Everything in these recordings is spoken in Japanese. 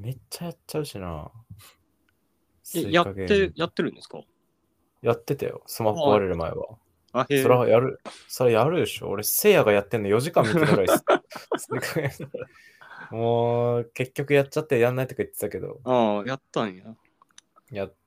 めっちゃやっちゃうしな。 やってるんですか？ やってたよ。スマホ壊れる前は。それはやるでしょ。俺、せいやがやってんの4時間見てたぐらいです。もう、結局やっちゃってやんないとか言ってたけど。 ああ、やったんや。 やった。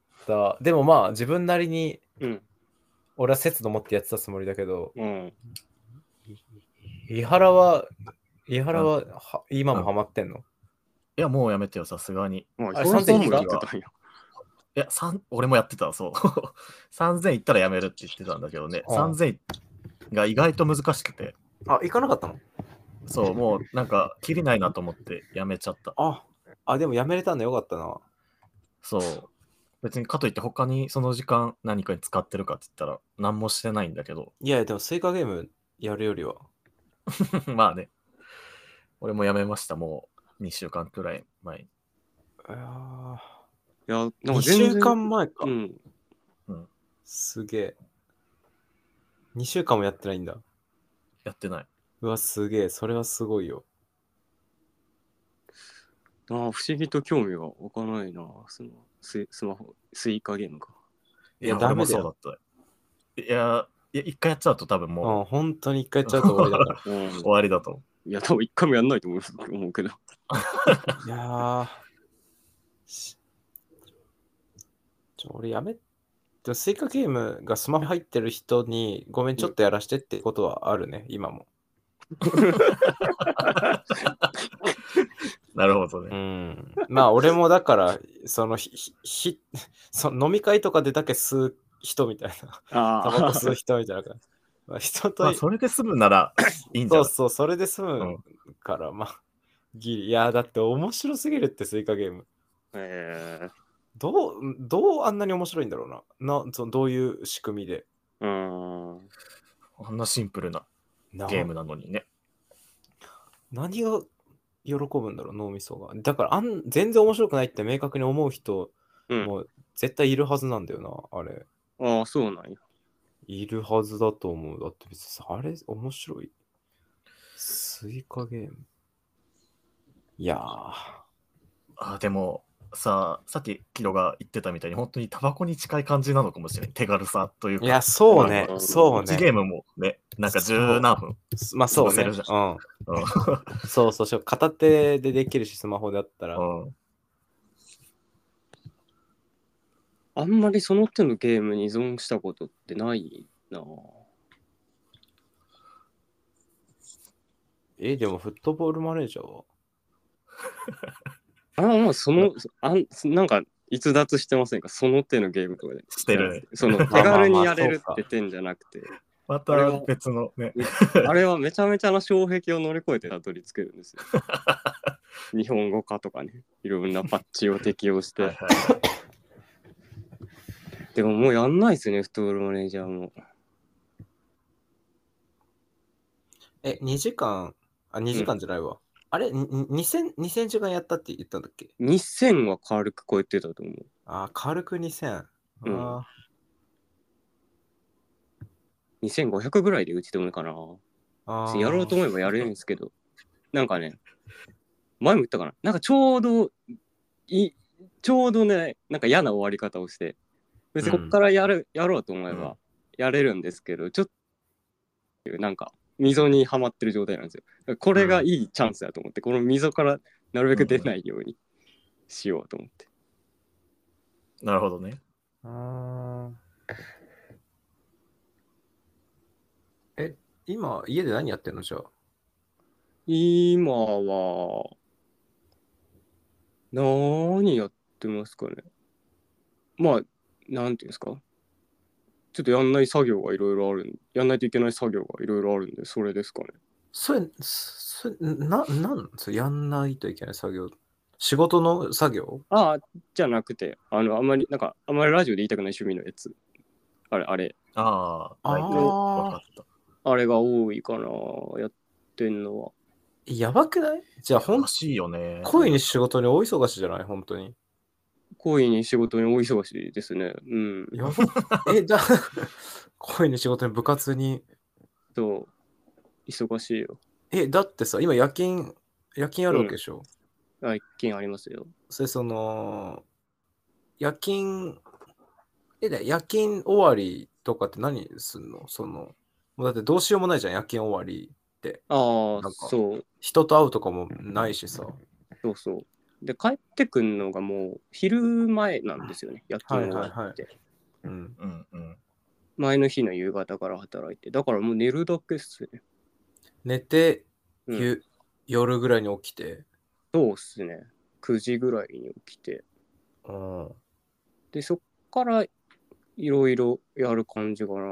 でもまあ、自分なりに、 うん。 俺は節度持ってやってたつもりだけど、 うん。 伊原は今もハマってんの？ いや、もうやめてよ、さすがに。 あれ、3000もやってたんや。 いや、俺もやってた、そう。3000いったらやめるって言ってたんだけどね、3000が意外と難しくて。 あ、行かなかったの？ そう、もうなんか、きりないなと思ってやめちゃった。 でもやめれたんだよかったな。 そう。別にかといって他にその時間何かに使ってるかって言ったら何もしてないんだけど。 いや、でもスイカゲームやるよりは。 まあね。俺もやめました、もう2週間くらい前に。 いや、なんか 2週間前か。 うん。 すげえ。2週間もやってないんだ。 やってない。 うわ、すげえ。それはすごいよ。 不思議と興味が湧かないな。スマホ、スイカゲームか。 いや、ダメだよ。いや、一回やっちゃうと多分もう。 本当に一回やっちゃうと終わりだから。 終わりだと思う。 いや、多分一回もやんないと思うけど。 いや俺やめスイカゲームがスマホ入ってる人にごめんちょっとやらしてってことはあるね、今も。 なるほどね。まあ俺もだからその飲み会とかでだけ吸う人みたいな。タバコ吸う人みたいな感じ。人とそれで済むならいいんじゃない？ そう、それで済むから、まあギリ。いやだって面白すぎるってスイカゲーム。どうあんなに面白いんだろうな。どういう仕組みで。 あんなシンプルなゲームなのにね。 何が喜ぶんだろう、脳みそが。だから全然面白くないって明確に思う人も絶対いるはずなんだよな、あれ。 ああ、そうなんや。 いるはずだと思う。だって別にあれ面白い。スイカゲーム。いやでもさっきキロが言ってたみたいに本当にタバコに近い感じなのかもしれない。手軽さというか。 いや、そうね。 1ゲームもね、なんか十何分。 まあそうね。そう。片手でできるし、スマホだったら。 あんまりその手のゲームに依存したことってないな。 でもフットボールマネージャーはもうなんか逸脱してませんか？その手のゲームとかで。 してる。 その手軽にやれるって点じゃなくて。 また別のね。 あれはめちゃめちゃな障壁を乗り越えてたどり着けるんですよ。日本語化とかね。いろんなパッチを適用して。でももうやんないですね、フットボールマネージャーも。 2時間じゃないわ。あれ 2000時間やったって言ったんだっけ？ 2000 は軽く超えてたと思う。 軽く2000。 2500ぐらいで打ち止めかな。やろうと思えばやれるんですけど、なんかね、前も言ったかな。なんかちょうどね、なんか嫌な終わり方をして、別にこっからやろうと思えばやれるんですけど、ちょっとなんか溝にはまってる状態なんですよ。これがいいチャンスだと思って、この溝からなるべく出ないようにしようと思って。 なるほどね。 今家で何やってんのじゃあ？ 今は何やってますかね。まあなんていうんですか、ちょっとやんない作業がいろいろあるやんないといけない作業がいろいろあるんで、それですかね。 それやんないといけない作業？仕事の作業？ じゃなくて、あんまりラジオで言いたくない趣味のやつ。あれ。 分かった。 あれが多いかな、やってんのは。 やばくない？じゃあ欲しいよね。 恋に仕事に大忙しじゃない？本当に。 恋に仕事に大忙しですね。 やばじゃあ恋に仕事に部活に。 そう、忙しいよ。 だってさ、今夜勤あるわけでしょ？ 夜勤ありますよ。 それ夜勤終わりとかって何すんの？もうだってどうしようもないじゃん、夜勤終わりって。 ああ、 なんかそう。 人と会うとかもないしさ。 そうそう。で、帰ってくんのがもう昼前なんですよね、夜勤終わって。 はいはいはい。うんうんうん。 前の日の夕方から働いて。だからもう寝るだけっすね。 寝て、 うん夜ぐらいに起きて。 そうっすね。9時ぐらいに起きて。 うん。 で、そっからいろいろやる感じかな。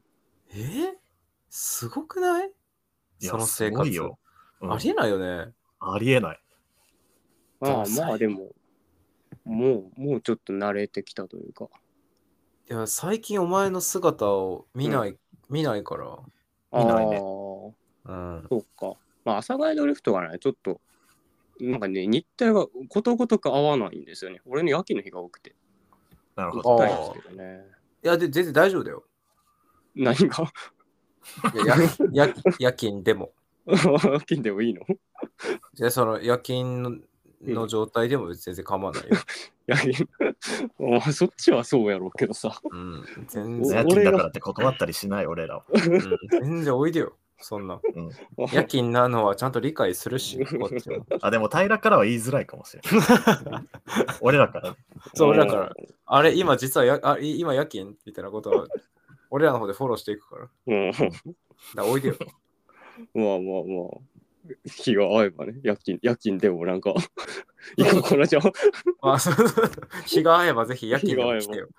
すごくない？ いや、 そのす生活。 ごいよ。 ありえないよね。 ありえない。 まあでも、もうちょっと慣れてきたというか。 いや、最近お前の姿を見ないから。 見ないね。 うん。 そうか。まあ、阿佐ヶ谷ドリフトがね、ちょっと、なんかね、日程がことごとく合わないんですよね。俺の夜勤の日が多くて。 なるほど。 行きたいんですけどね。 いや、全然大丈夫だよ。 何がいや夜勤でも。 夜勤でもいいの？ じゃその夜勤の状態でも全然構わないよ。 夜勤そっちはそうやろうけどさ。 うん。全夜然。 勤だからって断ったりしない、俺らは。 全然おいでよ。そんな。 うん、 夜勤なのはちゃんと理解するし、こっちも。 あ、でも平からは言いづらいかもしれない。俺らから。 そう、俺らから。あれ、今実は今夜勤みたいなことは、俺らの方でフォローしていくから。だおいでよ。 まあ。日が合えばね、夜勤でもなんか、行こうかな、じゃあ。 日が合えばぜひ夜勤でも来てよ。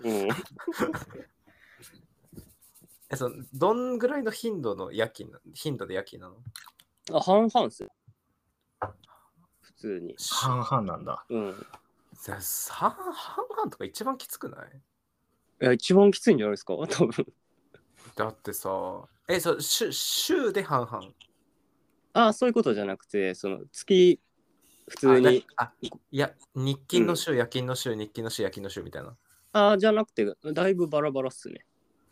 どんぐらいの頻度で夜勤なの？ 半々っすよ。普通に。 半々なんだ。 半々とか一番きつくない？ いや、一番きついんじゃないですか、多分。 だってさ、週で半 々。そういうことじゃなくて、月、普通に。 いや、日勤の週、夜勤の週、日勤の週、夜勤の週みたいな。じゃなくて、だいぶバラバラっすね。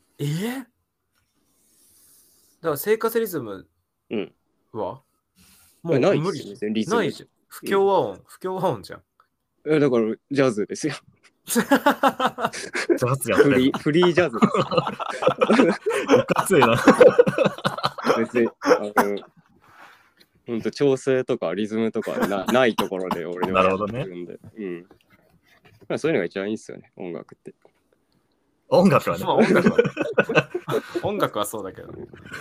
だから生活リズムは、 もうない無理ですね、リズム。 ないじゃん。不協和音じゃん。 だから、ジャズですよ。 ジャズやってる。 フリージャズです。 いかついな。 別に、ほんと調整とかリズムとかないところで俺はやってるんで。そういうのが一番いいっすよね、音楽って。 音楽はね。 音楽はそうだけど。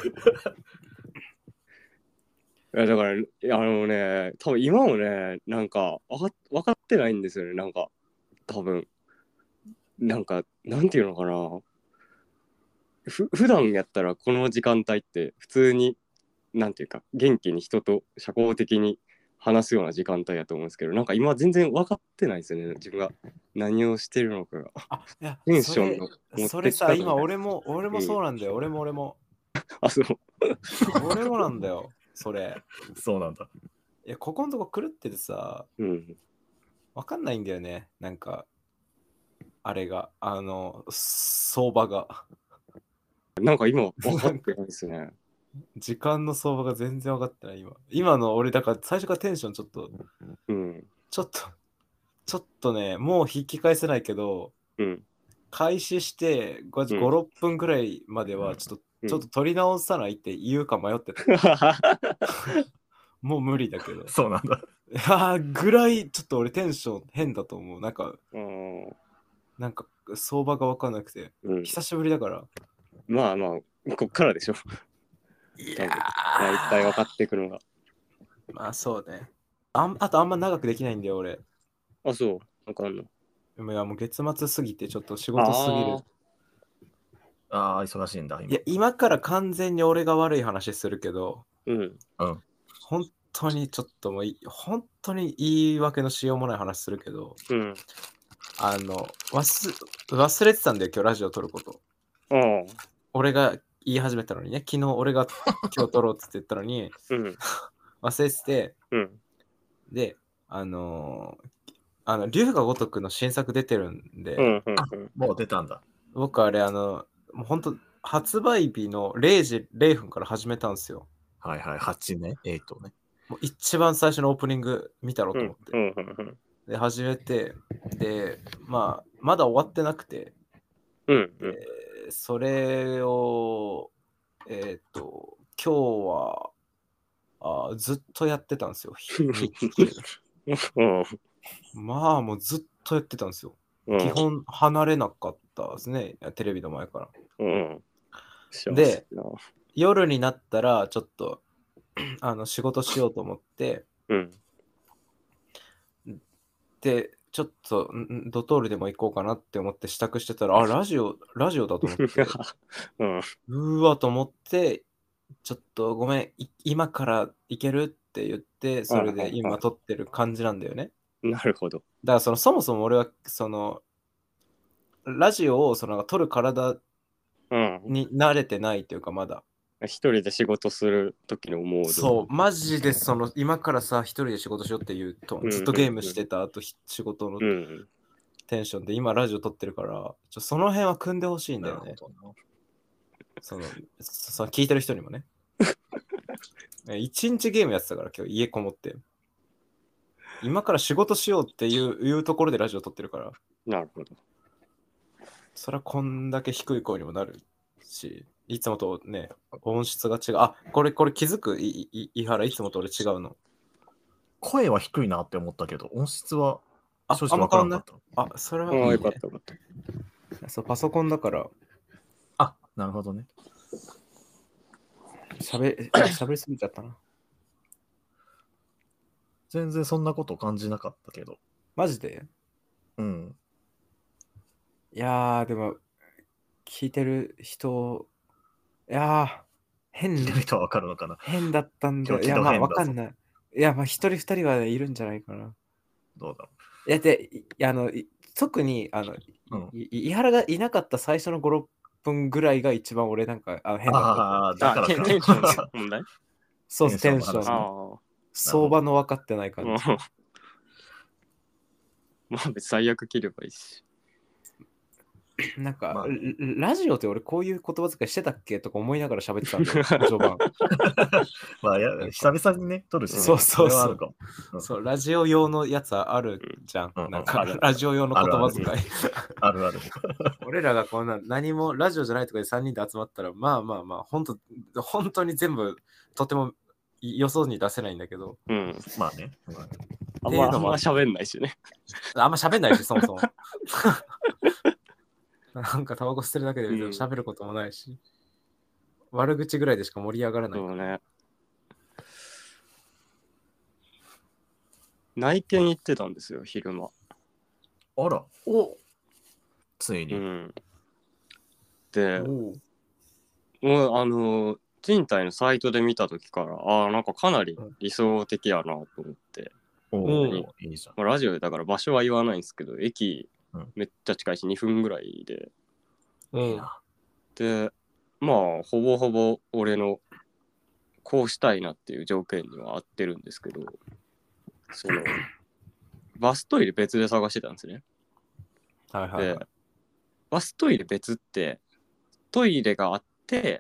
だから多分今もね、なんか分かってないんですよね、なんか多分なんていうのかな、普段やったらこの時間帯って普通になんていうか元気に人と社交的に話すような時間帯やと思うんですけど、なんか今全然分かってないですよね、自分が何をしてるのかが。テンションのそれさ、今俺もそうなんだよ。俺も。 そう。 俺もなんだよ。それ。 そうなんだ。 いや、ここのとこ狂っててさ、わかんないんだよね。なんか、あれが、相場が。 なんか今、分かってないですね。 時間の相場が全然分かってない、今の俺、だから最初からテンションちょっと、ちょっとね、もう引き返せないけど、開始して5、6分ぐらいまではちょっと取り直さないって言うか迷ってた。もう無理だけど。 そうなんだ。 ぐらいちょっと俺テンション変だと思う。なんか相場が分かんなくて、久しぶりだから。 まあ、こっからでしょ。いや大体分かってくるのが。 まあそうね。あとあんま長くできないんだよ、俺。 そう。わかんの。 いやもう月末すぎてちょっと仕事すぎる。 忙しいんだ。 いや、今から完全に俺が悪い話するけど、本当にちょっともう本当に言い訳のしようもない話するけど、忘れてたんだよ、今日ラジオ撮ること。俺が言い始めたのにね、昨日俺が今日撮ろうって言ったのに、忘れてて、で、龍が如くの新作出てるんで、 もう出たんだ。 僕あれ、もう本当発売日の0時0分から始めたんですよ。 8ね、8ね。 もう一番最初のオープニング見たろうと思って。 うんうんで、始めて、で、まあ、まだ終わってなくて、 うんそれを、今日はずっとやってたんですよ。まあ、もうずっとやってたんですよ。基本離れなかったですね、テレビの前から。で、夜になったらちょっと仕事しようと思って、で、ちょっとドトールでも行こうかなって思って支度してたら、ラジオだと思って、うわと思って、ちょっとごめん、今から行けるって言って、それで今撮ってる感じなんだよね。 なるほど。 だからそもそも俺はラジオを撮る体に慣れてないというか、まだ。 一人で仕事する時のモード。 そう、マジで今からさ、一人で仕事しようっていうと、ずっとゲームしてた後、仕事のテンションで、今ラジオ撮ってるから、その辺は組んでほしいんだよね。聞いてる人にもね。一日ゲームやってたから、今日家こもって。今から仕事しようっていうところでラジオ撮ってるから。 なるほど。 そりゃこんだけ低い声にもなるし、いつもとね、音質が違う。あ、これ気づく井原、いつもと俺違うの。 声は低いなって思ったけど、音質は正直あんま変わんない。 あ、 それはいい、ね。 よかった。 そう、パソコンだから。 あ、なるほどね。 喋りすぎちゃったな。 全然そんなこと感じなかったけど。 マジで？ うん。 いやー、でも、聞いてる人、いやー、変聞いてる人はわかるのかな。 変だったんだよ。いや、まあ、わかんない。いや、まあ、一人二人はいるんじゃないかな。 どうだろう。いや、で、特に、井原がいなかった最初の5、6分ぐらいが一番俺なんか変だった。 ああ、だからか。 テンションの問題？ そう、テンション。相場の分かってない感じ。 まあ、別に最悪切ればいいし。 なんか、ラジオって俺こういう言葉遣いしてたっけとか思いながら喋ってたんだよ、序盤。 まあ、久々にね、撮るし、 そう。 そう、 ラジオ用のやつあるじゃん。なんか、ラジオ用の言葉遣い。 ある。 俺らがこんな何もラジオじゃないとかで3人で集まったら、まあ、本当に全部とても予想に出せないんだけど。 まあね。 あんま喋んないしね。 あんま喋んないし、そもそも。なんかタバコ吸ってるだけで喋ることもないし、悪口ぐらいでしか盛り上がらない。 そうね。内見行ってたんですよ、昼間。 あら。ついに。 で、もう賃貸のサイトで見たときから、なんかかなり理想的やなと思って。 いいじゃん。ラジオでだから場所は言わないんですけど、駅めっちゃ近いし2分ぐらいで。で、まあ、ほぼほぼ俺のこうしたいなっていう条件には合ってるんですけど、バストイレ別で探してたんですね。で、バストイレ別ってトイレがあって、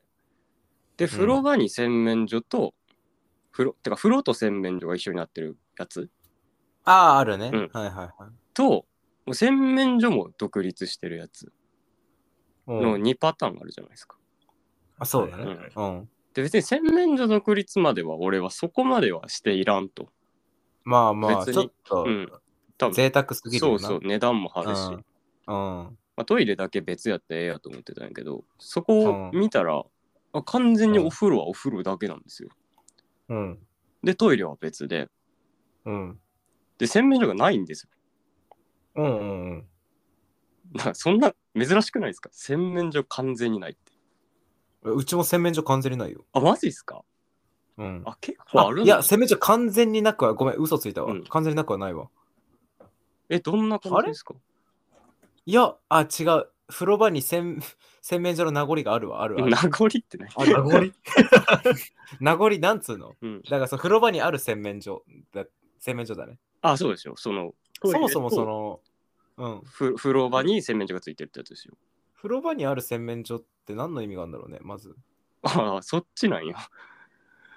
で、風呂場に洗面所と、風呂と洗面所が一緒になってるやつ。 あるね。 と、洗面所も独立してるやつの2パターンあるじゃないですか。 そうだね。 で、別に洗面所独立までは俺はそこまではしていらんと。 まあ、ちょっと贅沢すぎるよな。 そう、値段も張るし。トイレだけ別やったらええやと思ってたんやけど、そこを見たら、完全にお風呂はお風呂だけなんですよ。で、トイレは別で。で、洗面所がないんですよ。そんな珍しくないですか？洗面所完全にないって。 うちも洗面所完全にないよ。 マジっすか？結構あるんだ。 いや、洗面所完全になくは、ごめん、嘘ついたわ。完全になくはないわ。 どんな感じですか？ いや、違う。風呂場に洗面所の名残があるわ。 名残って何？ 名残なんつうの？だから風呂場にある洗面所だね。 そうですよ。そもそも風呂場に洗面所がついてるってやつですよ。 風呂場にある洗面所って何の意味があるんだろうね、まず。 そっちなんや。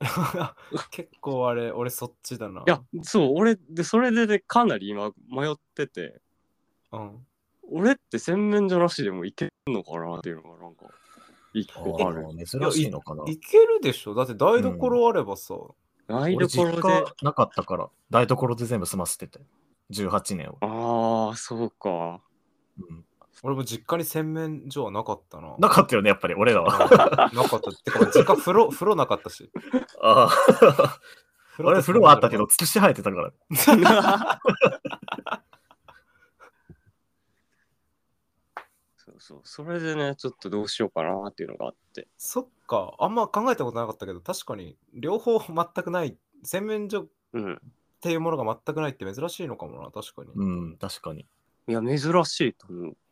結構あれ、俺そっちだな。 いや、そう、俺、で、それでね、かなり今迷ってて、 うん。 俺って洗面所なしでもいけるのかなっていうのがなんか、一個ある。 珍しいのかな。 いけるでしょ。だって台所あればさ。 台俺実所で。 家なかったから、台所で全部済ませてて。18年を。 ああ、そうか。 俺も実家に洗面所はなかったな。 なかったよね、やっぱり俺らは。 なかった。てか、実家風呂なかったし。 ああ。俺風呂はあったけど、土生えてたから。 そうそう。それでね、ちょっとどうしようかなっていうのがあって。 そっか。あんま考えたことなかったけど、確かに両方全くない。洗面所っていうものが全くないって珍しいのかもな、確かに。 うん、確かに。 いや、珍しいと思う。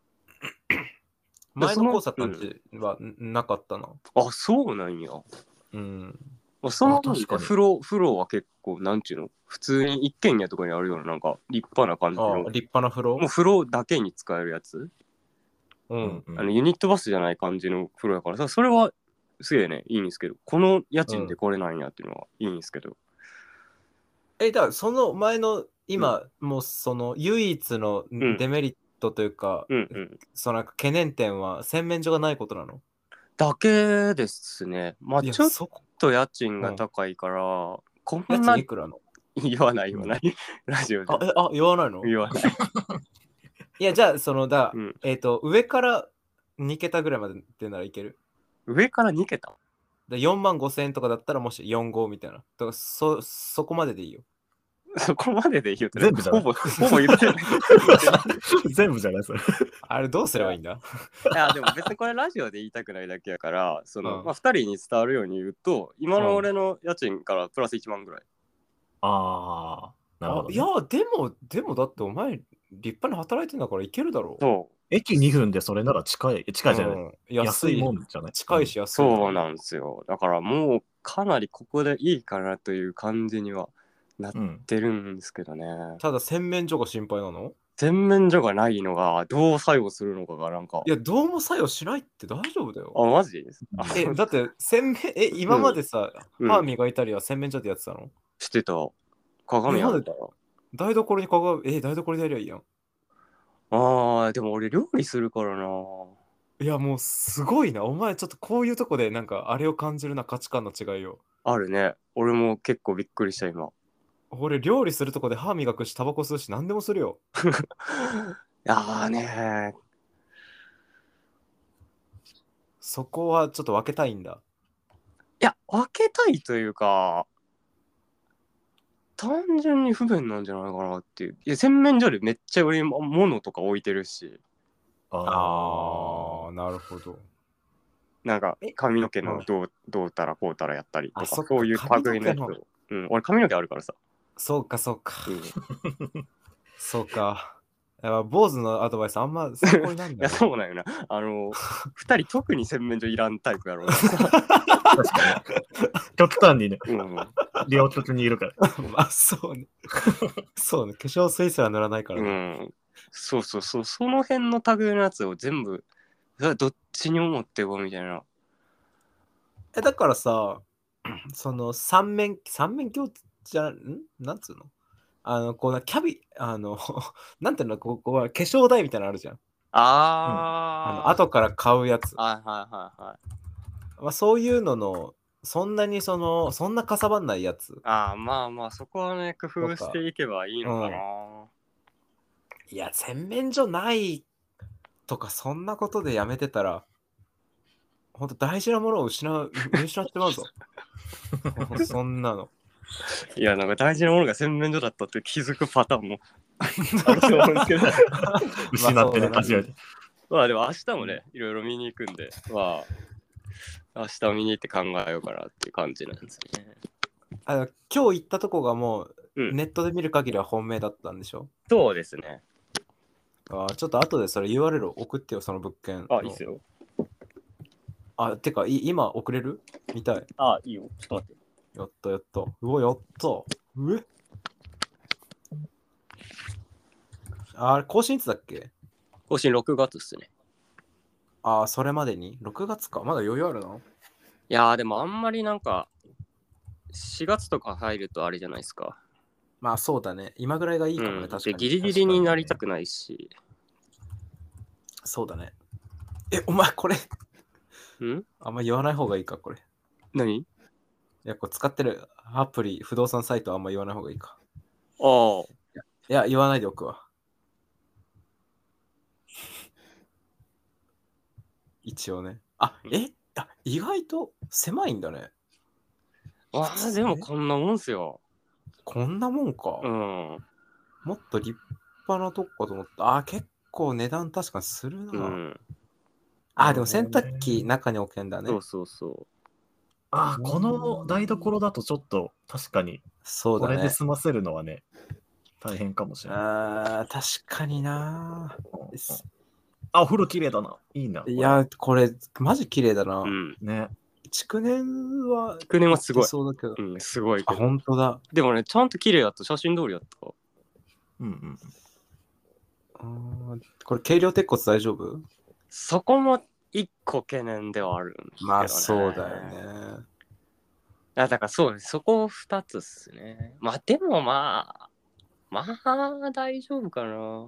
前の交差点はなかったな。 あ、そうなんや。 うん。 その風呂は結構、なんちゅうの、普通に一軒家とかにあるような、なんか立派な感じの。 立派な風呂？ もう風呂だけに使えるやつ。 うん。 ユニットバスじゃない感じの風呂やからさ、それはすげえね、いいんですけど、この家賃でこれなんやっていうのはいいんですけど。 だからその前の今、もうその唯一のデメリットというか、その懸念点は洗面所がないことなの？ だけですね。まあちょっと家賃が高いから、こんな。 家賃いくらの？ 言わない。ラジオで。 言わないの？ 言わない。 いや、じゃあ、上から2桁ぐらいまでってならいける？ 上から2桁 ？4万5千円とかだったらもし4号みたいな。だからそこまででいいよ。 そこまででいいよって。 全部じゃない。 ほぼ言ってない。 全部じゃないそれ。 あれどうすればいいんだ？ いや、でも別にこれラジオで言いたくないだけやから、2人に伝わるように言うと、今の俺の家賃からプラス1万ぐらい。 ああ、なるほど、ね。 いや、でもだってお前、立派に働いてんだからいけるだろう。 そう。 駅2分でそれなら近いじゃない。安いもんじゃない。 近いし安い。 そうなんですよ。だからもうかなりここでいいかなという感じにはなってるんですけどね。 ただ洗面所が心配なの？ 洗面所がないのがどう作用するのかがなんか。 いや、どうも作用しないって大丈夫だよ。 あ、マジです？ だって今までさ、歯磨いたりは洗面所でやってたの？ してた。鏡あった。 台所に台所でやりゃいいやん。 ああ、でも俺料理するからな。 いや、もうすごいな。お前ちょっとこういうとこでなんかあれを感じるな、価値観の違いを。 あるね。俺も結構びっくりした今。 俺料理するとこで歯磨くし、タバコ吸うし、何でもするよ。 いやーねー。 そこはちょっと分けたいんだ。 いや、分けたいというか、単純に不便なんじゃないかなっていう。いや、洗面所でめっちゃ俺物とか置いてるし。 ああ、なるほど。 なんか髪の毛のどうたらこうたらやったりとか、そういう類のやつを。俺髪の毛あるからさ。 そうか。そうか。坊主のアドバイスあんま参考になんない。 いや、そうなんよな。二人特に洗面所いらんタイプやろうな。 確かに。極端にね。両極にいるから。 まあ、そうね。そうね。化粧水すら塗らないからね。そう。その辺の類のやつを全部、どっちに思ってこうみたいな。 だからさ、その三面鏡じゃなんつうの？こうキャビなんていうの、ここは化粧台みたいなのあるじゃん。後から買うやつ。 はい。 まあそういうののそんなかさばんないやつ。 まあそこはね工夫していけばいいのかな。 いや洗面所ないとかそんなことでやめてたら。ほんと大事なものを失ってまうぞ。そんなの。 いや、なんか大事なものが洗面所だったって気づくパターンもあると思うんですけど。 失ってね、初めて。 まあでも明日もね、いろいろ見に行くんで、まあ、明日見に行って考えようかなっていう感じなんですよね。 今日行ったとこがもう、ネットで見る限りは本命だったんでしょ？ そうですね。 ちょっと後でそれ URL 送ってよ、その物件。 いいっすよ。 てか、今送れる？見たい。 いいよ。ちょっと待って。 やった。うわ、やった。更新いつだっけ？ 更新6月っすね。 それまでに ?6 月か。まだ余裕あるな。 いやー、でもあんまりなんか、 4月とか入るとあれじゃないですか。 まあそうだね。今ぐらいがいいかもね、確かで、 に。 ギリギリになりたくないし。 そうだね。お前これ、 んあんま言わない方がいいか、これ。 何？ いや、これ使ってるアプリ、不動産サイトあんま言わない方がいいか。 ああ。 いや、言わないでおくわ。一応ね。意外と狭いんだね。 でもこんなもんすよ。 こんなもんか。 うん。 もっと立派なとこかと思った。結構値段確かにするな。 うん。 でも洗濯機中に置けんだね。 そうそうそこの台所だとちょっと確かに、こそうだね。 れで済ませるのはね、大変かもしれない。 確かにな。 お風呂綺麗だな。いいな。 いや、これ、マジ綺麗だな。 う。うん。 ね。 築年は、 築年はすごい。 そうだけど。 うん、すごいけど。 本当だ。 でもね、ちゃんと綺麗だった。写真通りだった。 うんうん。 これ、軽量鉄骨大丈夫？ そこも一個懸念ではあるんですけどね。 まあ、そうだよね。 だからそうです。そこ2つっすね。まあでもまあ大丈夫かな。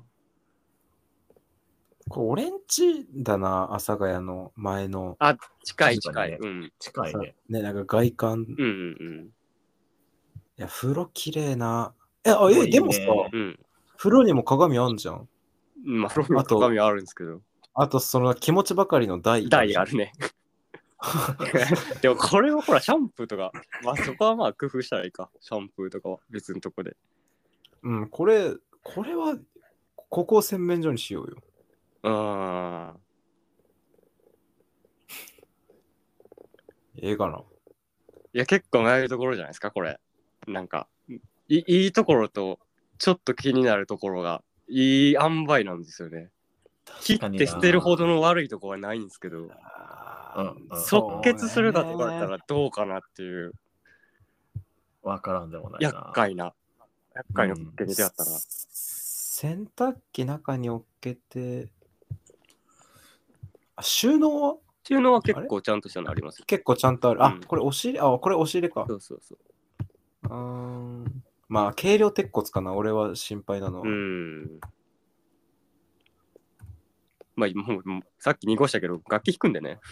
これ、俺んちだな、阿佐ヶ谷の前の。 近い。 近いねうん。 近いね。 ね、なんか外観。 うん。 いや、風呂綺麗な。 いいねでもさ、 うん。 風呂にも鏡あんじゃん。 まあ、風呂に鏡あるんですけど。 あと、その気持ちばかりの台。 台あるね。でもこれはほらシャンプーとか、まあそこはまあ工夫したらいいか。シャンプーとかは別のとこで。 うん、これは、ここを洗面所にしようよ。ええかな。 いや、結構迷うところじゃないですか、これ。なんか、いいところと、ちょっと気になるところが、いい塩梅なんですよね。切って捨てるほどの悪いところはないんですけど、即決するかとかだったらどうかなっていう。 わからんでもないな。 厄介な物件に出会ったな。 洗濯機中に置けて、収納は収納は結構ちゃんとしたのあります。 結構ちゃんとある。これ押し入れ、これ押し入れか。 そう。 まあ、軽量鉄骨かな、俺は心配なのは。 まあ、もうさっき濁したけど、楽器弾くんでね。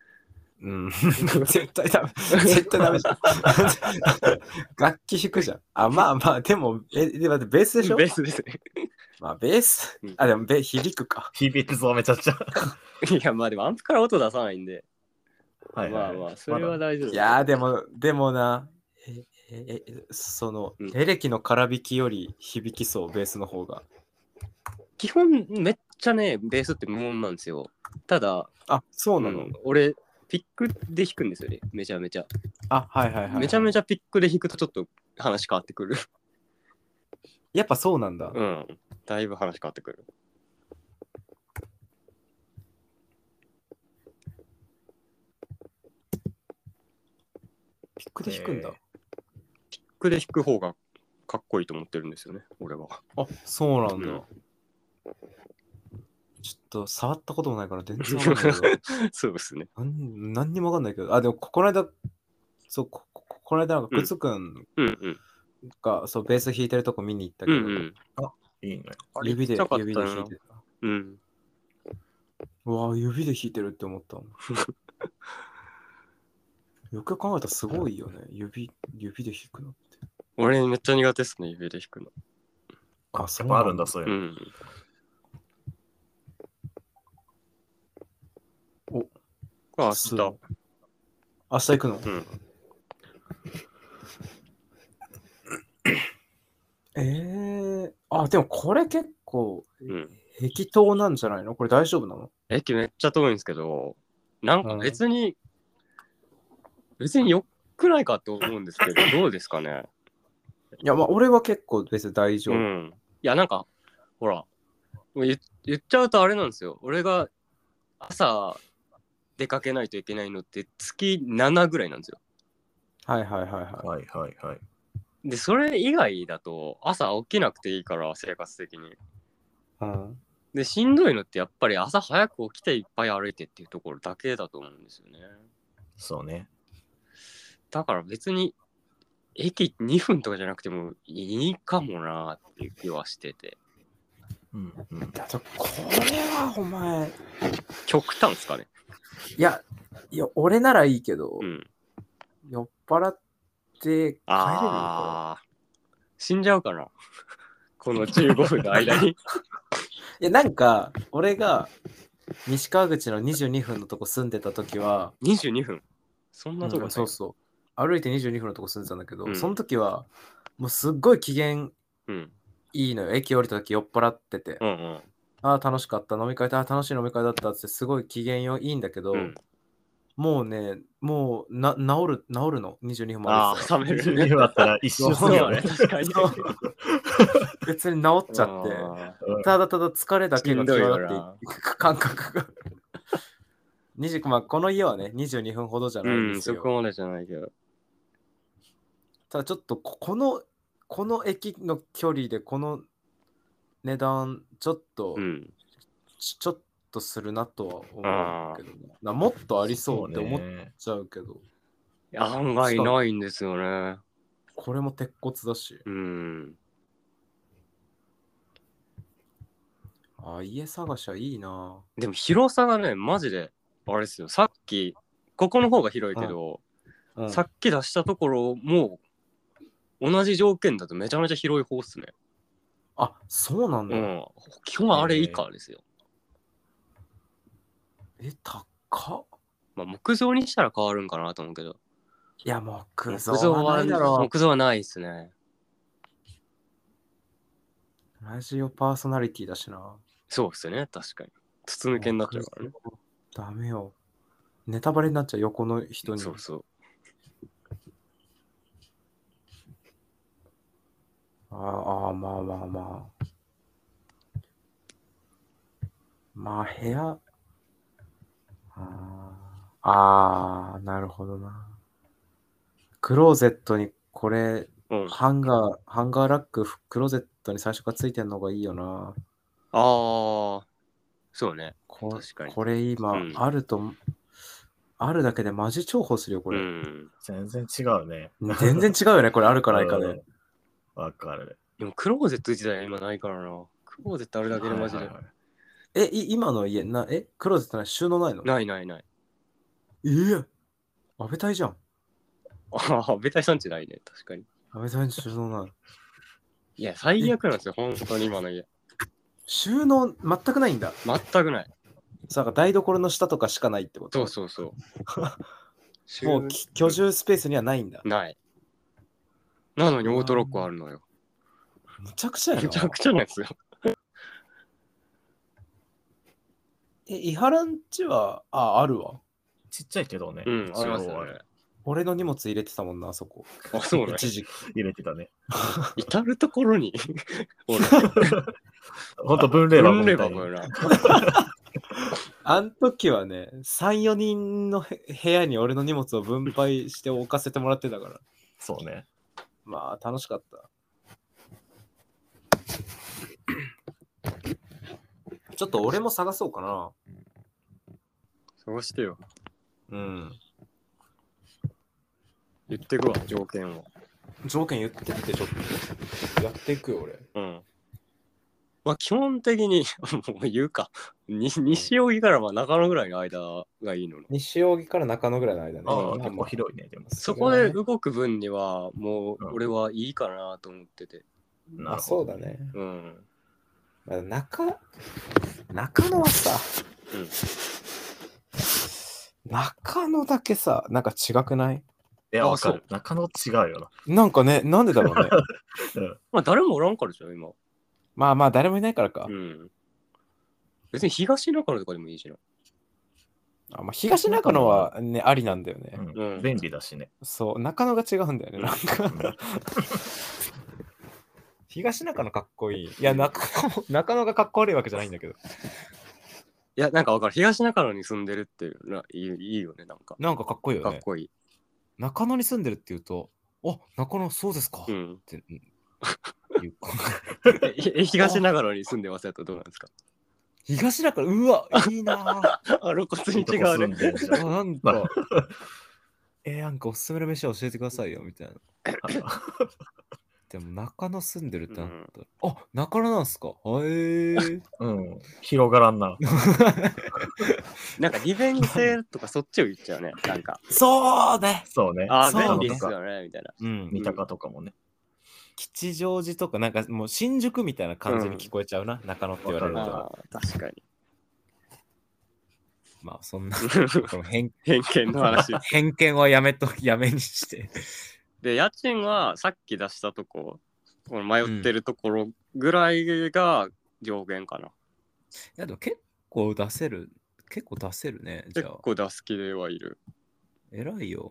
絶対ダメ。絶対ダメじゃん。楽器弾くじゃん。まあ、でも、で、待って、ベースでしょ？ ベースですね。 まあ、ベース。でも、響くか。 響くぞ、めちゃくちゃ。 いや、まあでも、アンプから音出さないんで。 はい。 まあ、それは大丈夫。 いや、でもな、その、エレキの空弾きより響きそう、ベースの方が。 基本、めっちゃね、ベースって無音なんですよ。ただ、 そうなの？ 俺、ピックで弾くんですよね、めちゃめちゃ。 はい。 めちゃめちゃピックで弾くとちょっと話変わってくる。 やっぱそうなんだ。 だいぶ話変わってくる。 ピックで弾くんだ。 ピックで弾く方がかっこいいと思ってるんですよね、俺は。 そうなんだ。ちょっと触ったこともないから全然わかんないけど。 そうですね。 何にもわかんないけど。でもこの間、この間なんか、くつくんが、ベース弾いてるとこ見に行ったけど。 いいね。 指で弾いてた。うわ、指で弾いてるって思ったもん。よく考えたらすごいよね。指で弾くのって。 俺めっちゃ苦手ですね、指で弾くの。 そうあるんだ、そういう。 明日行くの？でもこれ結構、適当なんじゃないの？これ大丈夫なの？ 駅めっちゃ遠いんですけど、なんか別によくないかと思うんですけど、どうですかね？ いや、まあ俺は結構別に大丈夫。 いや、なんか、ほら、言っちゃうとあれなんですよ。俺が朝出かけないといけないのって月7ぐらいなんですよ。 はい。 で、それ以外だと朝起きなくていいから、生活的に。で、しんどいのってやっぱり朝早く起きていっぱい歩いてっていうところだけだと思うんですよね。 そうね。 だから別に駅2分とかじゃなくてもいいかもなっていう気はしてて。 うんうん。 だとこれはお前、 極端っすかね。 いや、俺ならいいけど、 うん。 酔っ払って帰れるのかあー、死んじゃうかな。この15分の間に。 いや、なんか、俺が西川口の22分のとこ住んでた時は、 22分。そんなとこ、 そうそう。歩いて22分のとこ住んでたんだけど、 うんその時は、もうすっごい機嫌うん。 いいのよ。駅降りた時酔っ払ってて。 うんうん。 ああ、楽しかった。飲み会だ。楽しい飲み会だったってすごい機嫌いいんだけど、 うんもうね、もう治るの。22分もああ、 歩いてたら。 冷めるね。 22分あったら一瞬そうするよね。 確かに。 別に治っちゃって、ただただ疲れだけが際立っていく感覚が。まあ、この家はね、22分ほどじゃないんですよ。 そこまでじゃないけど。 ただちょっとこの駅の距離でこの値段ちょっと、ちょっとするなとは思うけどね。もっとありそうって思っちゃうけど。 案外ないんですよね。 これも鉄骨だし。家探しはいいな。 でも広さがね、マジで、あれですよ。さっき、ここの方が広いけど、さっき出したところも、同じ条件だとめちゃめちゃ広い方っすね。 あ、そうなんだ。 基本あれ以下ですよ。 高っ。 まあ、木造にしたら変わるんかなと思うけど。 いや、木造はないだろう。 木造はないっすね。 ラジオパーソナリティだしな。 そうっすね、確かに。筒抜けになっちゃうからね。 ダメよ。ネタバレになっちゃう、横の人に。 そうそう。 まあ。まあ、部屋。なるほどな。クローゼットにこれ、ハンガーラック、クローゼットに最初からついてんのがいいよな。 そうね。 確かに。これ今、あるだけでマジ重宝するよ、これ。 全然違うね。 全然違うよね、これあるかないかで。 わかる。 でもクローゼット自体は今ないからな。クローゼットあるだけでマジで。 今の家、クローゼットない収納ないの？ ない。 安倍隊じゃん。 安倍隊さんちないね、確かに。 安倍隊に収納ない。 いや、最悪なんですよ、本当に今の家。 収納全くないんだ。 全くない。 なんか台所の下とかしかないってこと？ そう。 もう居住スペースにはないんだ。 ない。なのにオートロックあるのよ。 むちゃくちゃやな。 むちゃくちゃなんですよ。 伊原んちは、あるわ。 ちっちゃいけどね。 ありますよね。 俺の荷物入れてたもんな、あそこ。 そうね。 一時期入れてたね。 至るところに。 ほんと分類箱みたいな。 あん時はね、3、4人の部屋に俺の荷物を分配して置かせてもらってたから。 そうね。 まあ、楽しかった。ちょっと俺も探そうかな。 探してよ。言ってくわ、条件を。 条件言ってってちょっと。やっていくよ、俺。 まあ、基本的に、もう言うか。西荻からまあ中野ぐらいの間がいいのね。 西荻から中野ぐらいの間ね。 結構広いね、でも。 そこで動く分には、もう俺はいいかなと思ってて。 そうだね。中野はさ、中野だけさ、なんか違くない？ いや、わかる。中野違うよな。なんかね、なんでだろうね。 まあ、誰もおらんからでしょ、今。 まあ、誰もいないからか。 別に東中野とかでもいいしな。 まあ、東中野はね、ありなんだよね。 便利だしね。 そう、中野が違うんだよね。なんか東中野かっこいい。いや、中野がかっこ悪いわけじゃないんだけど。いや、なんかわかる。東中野に住んでるっていうのはいいよね、なんか。 なんかかっこいいよね。 かっこいい。 中野に住んでるって言うと、中野そうですか。って東中野に住んでますやとどうなんですか？ 東中野、うわ、いいな露骨に違うね。 なんか、 なんかおすすめの飯教えてくださいよみたいな。でも中野住んでるってなったら、あ、中野なんすか。 うん。広がらんな。 なんか利便性とかそっちを言っちゃうね。なんか。 そうね。 そうね。 ああ、 そう便利ですよね、みたいな。 うん。 三鷹とかもね。 吉祥寺とか、なんかもう新宿みたいな感じに聞こえちゃうな、中野って言われると。 わああ、確かに。 まあそんなこの偏見の話。 偏見はやめにして。 で、家賃はさっき出したとこ、この迷ってるところぐらいが上限かな。 いやでも結構出せるね。じゃあ。 結構出す気ではいる。 偉いよ。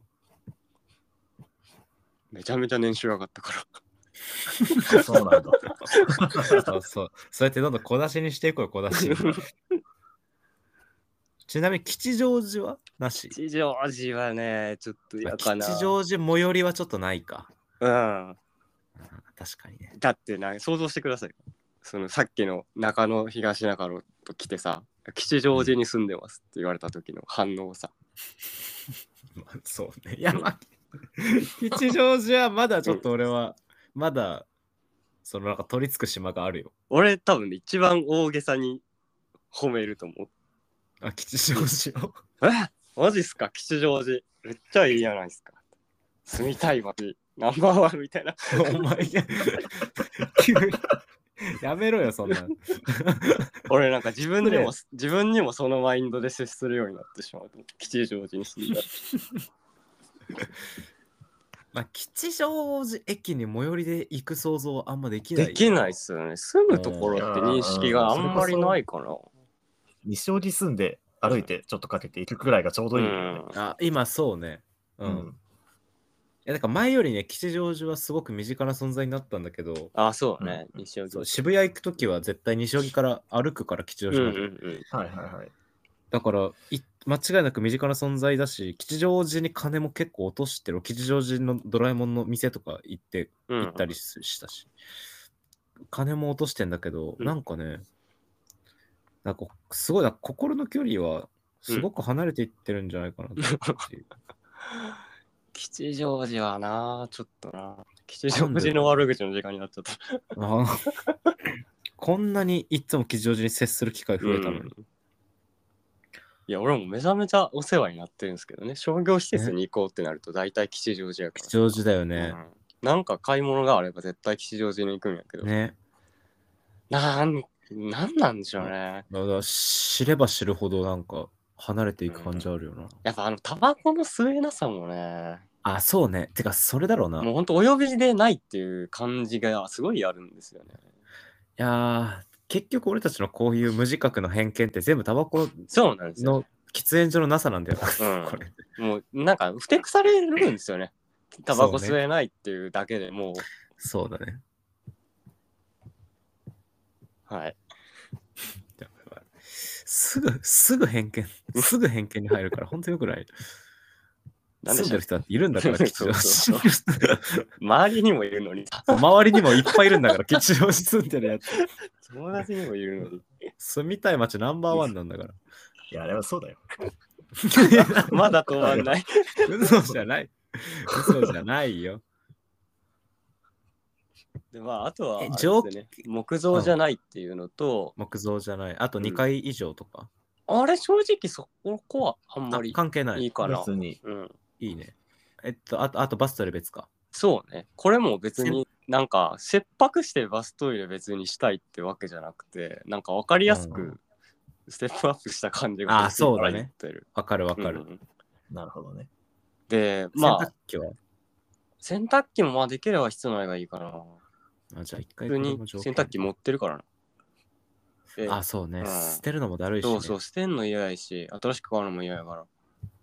めちゃめちゃ年収上がったから。 そうなんだ。 そうやってどんどん小出しにしていこうよ、小出しに。ちなみに吉祥寺はなし。 吉祥寺はね、ちょっと嫌かな。 吉祥寺最寄りはちょっとないか。 うん。 確かにね。 だって想像してください。そのさっきの中野東中野と来てさ、吉祥寺に住んでますって言われた時の反応をさ。 まあ、そうね。いや、まあ、吉祥寺はまだちょっと俺は、まだ、そのなんか取り付く島があるよ。 俺多分一番大げさに褒めると思う。 あ、吉祥寺を。 マジっすか、吉祥寺。めっちゃいいじゃないですか。住みたい街、ナンバーワンみたいな。 お前、急に。やめろよ、そんな。 俺なんか自分にもそのマインドで接するようになってしまうと。吉祥寺に住んだ。 まあ、吉祥寺駅に最寄りで行く想像はあんまできない。 できないっすよね。住むところって認識があんまりないかな。 西尾寺住んで歩いてちょっとかけて行くくらいがちょうどいいよね。 あ、今そうね。うん。いや、だから前よりね、吉祥寺はすごく身近な存在になったんだけど、 あ、そうね、西尾寺。 渋谷行くときは絶対西荻から歩くから吉祥寺まで。 はいはいはい。 だから間違いなく身近な存在だし、吉祥寺に金も結構落としてる。吉祥寺のドラえもんの店とか行ったりしたし、金も落としてんだけど、なんかね、なんかすごい心の距離はすごく離れていってるんじゃないかなっていう。 吉祥寺はな、ちょっとな。吉祥寺の悪口の時間になっちゃった。 こんなにいつも吉祥寺に接する機会増えたのに。 いや、俺もめちゃめちゃお世話になってるんですけどね。商業施設に行こうってなると大体吉祥寺やから。 吉祥寺だよね。 なんか買い物があれば絶対吉祥寺に行くんやけど。 ね。 なんなんでしょうね。 だから知れば知るほどなんか離れていく感じあるよな。 やっぱタバコの吸えなさもね。 あ、そうね。てかそれだろうな。 もうほんとお呼びでないっていう感じがすごいあるんですよね。 いやー、結局俺たちのこういう無自覚の偏見って全部タバコそうなんですよ、 の喫煙所のなさなんだよ。 これもうなんかふてくされるんですよね。タバコ吸えないっていうだけでもう。 そうだね。 はい。 すぐ偏見に入るから本当よくない。住んでる人だっているんだから、吉祥寺。 周りにもいるのに。 周りにもいっぱいいるんだから、吉祥寺住んでるやつ。 友達にもいるのに。 住みたい街ナンバーワンなんだから。いや、あれはそうだよ。 まだ止まんない。 嘘じゃない。嘘じゃないよ。 で、まあ、あとはあれですね、木造じゃないっていうのと、 木造じゃない。あと2階以上とか。 あれ、正直そこはあんまり関係ない。 いいかな。 別に。 いいね。あとバストイレ別か。 そうね。これも別になんか切迫してバストイレ別にしたいってわけじゃなくて、なんか分かりやすくステップアップした感じがそうだね。わかる。 なるほどね。 で、まあ、 洗濯機もまあできれば室内がいいかな。 じゃあ一回普通に洗濯機持ってるからな。そうね。捨てるのもだるいし、 そう、捨てんの嫌やし、新しく買うのも嫌やから。